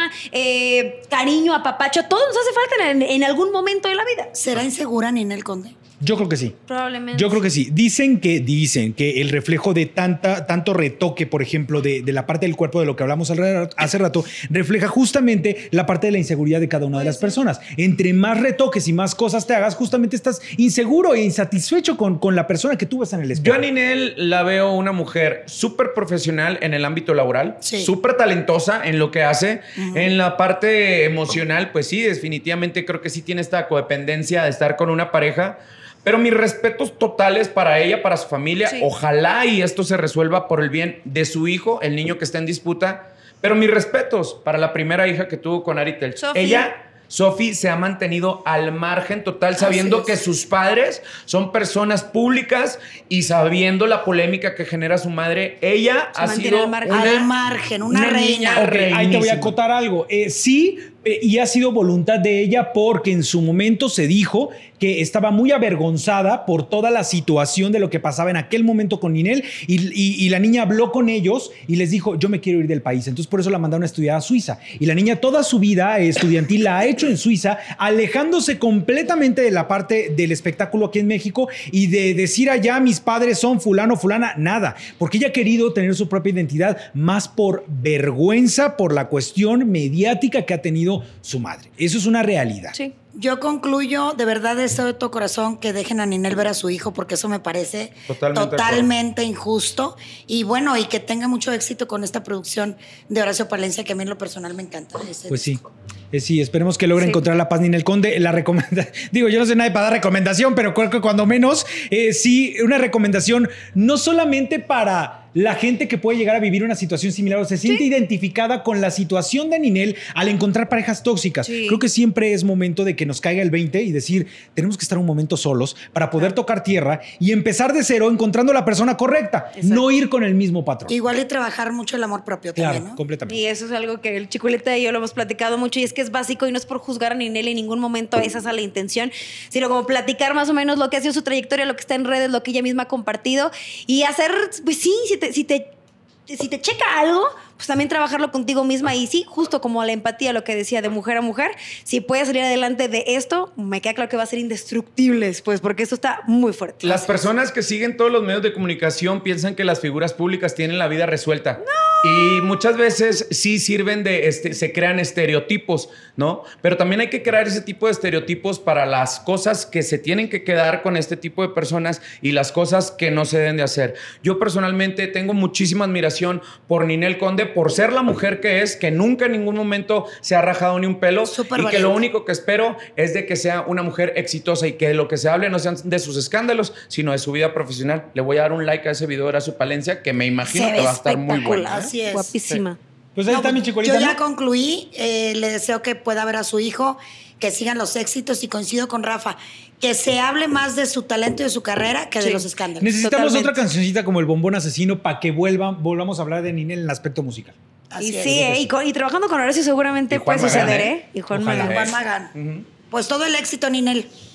B: cariño, apapacho, todo nos hace falta en algún momento de la vida.
A: ¿Será insegura Ninel Conde?
C: Yo creo que sí.
B: Probablemente.
C: Yo creo que sí. Dicen que el reflejo de tanto retoque, por ejemplo, de la parte del cuerpo de lo que hablamos hace rato, refleja justamente la parte de la inseguridad de cada una de las personas. Entre más retoques y más cosas te hagas, justamente estás inseguro e insatisfecho con la persona que tú ves en el espejo.
D: Yo a Ninel la veo una mujer súper profesional en el ámbito laboral, súper talentosa en lo que hace. En la parte emocional, pues sí, definitivamente creo que sí tiene esta codependencia de estar con una pareja. Pero mis respetos totales para ella, para su familia. Sí. Ojalá y esto se resuelva por el bien de su hijo, el niño que está en disputa. Pero mis respetos para la primera hija que tuvo con Ari Telch. Sofi se ha mantenido al margen total, sabiendo que sus padres son personas públicas y sabiendo la polémica que genera su madre. Ella ha sido
A: al margen, una reina.
C: Okay, ahí te voy a acotar algo. Sí, y ha sido voluntad de ella porque en su momento se dijo que estaba muy avergonzada por toda la situación de lo que pasaba en aquel momento con Ninel y la niña habló con ellos y les dijo, yo me quiero ir del país. Entonces por eso la mandaron a estudiar a Suiza. Y la niña toda su vida estudiantil la ha hecho en Suiza, alejándose completamente de la parte del espectáculo aquí en México y de decir allá mis padres son fulano, fulana, nada. Porque ella ha querido tener su propia identidad más por vergüenza, por la cuestión mediática que ha tenido su madre. Eso es una realidad.
B: Sí.
A: Yo concluyo, de verdad deseo de todo corazón que dejen a Ninel ver a su hijo porque eso me parece totalmente injusto. Y bueno, y que tenga mucho éxito con esta producción de Horacio Palencia, que a mí en lo personal me encanta.
C: Pues sí. Sí, esperemos que logre encontrar la paz Ninel Conde. Digo, yo no sé nada para dar recomendación, pero creo que cuando menos, sí, una recomendación no solamente para la gente que puede llegar a vivir una situación similar o se siente identificada con la situación de Ninel al encontrar parejas tóxicas. Sí. Creo que siempre es momento de que nos caiga el 20 y decir, tenemos que estar un momento solos para poder tocar tierra y empezar de cero encontrando la persona correcta, no ir con el mismo patrón.
A: Igual y trabajar mucho el amor propio también, ¿no?
C: Completamente.
B: Y eso es algo que el Chiculeta y yo lo hemos platicado mucho y es que es básico y no es por juzgar a Ninel en ningún momento, esa es la intención, sino como platicar más o menos lo que ha sido su trayectoria, lo que está en redes, lo que ella misma ha compartido y hacer, pues sí, si te checa algo, pues también trabajarlo contigo misma y sí, justo como la empatía, lo que decía de mujer a mujer, si puedes salir adelante de esto, me queda claro que va a ser indestructible después, porque esto está muy fuerte.
D: Las personas que siguen todos los medios de comunicación piensan que las figuras públicas tienen la vida resuelta. ¡No! Y muchas veces sí sirven se crean estereotipos, ¿no? Pero también hay que crear ese tipo de estereotipos para las cosas que se tienen que quedar con este tipo de personas y las cosas que no se deben de hacer. Yo personalmente tengo muchísima admiración por Ninel Conde, por ser la mujer que es, que nunca en ningún momento se ha rajado ni un pelo y que lo único que espero es de que sea una mujer exitosa y que de lo que se hable no sean de sus escándalos, sino de su vida profesional. Le voy a dar un like a ese video de Horacio Palencia que me imagino que va a estar muy bueno.
A: Así es.
B: Guapísima.
C: Sí. Pues ahí está mi chicolita.
A: Yo ya concluí, le deseo que pueda ver a su hijo, que sigan los éxitos y coincido con Rafa, que se hable más de su talento y de su carrera que de los escándalos.
C: Necesitamos otra cancioncita como El Bombón Asesino para que volvamos a hablar de Ninel en el aspecto musical.
B: Así y sí, y trabajando con Horacio seguramente puede suceder, ¿eh? Y Juan Magán.
A: Pues todo el éxito, Ninel.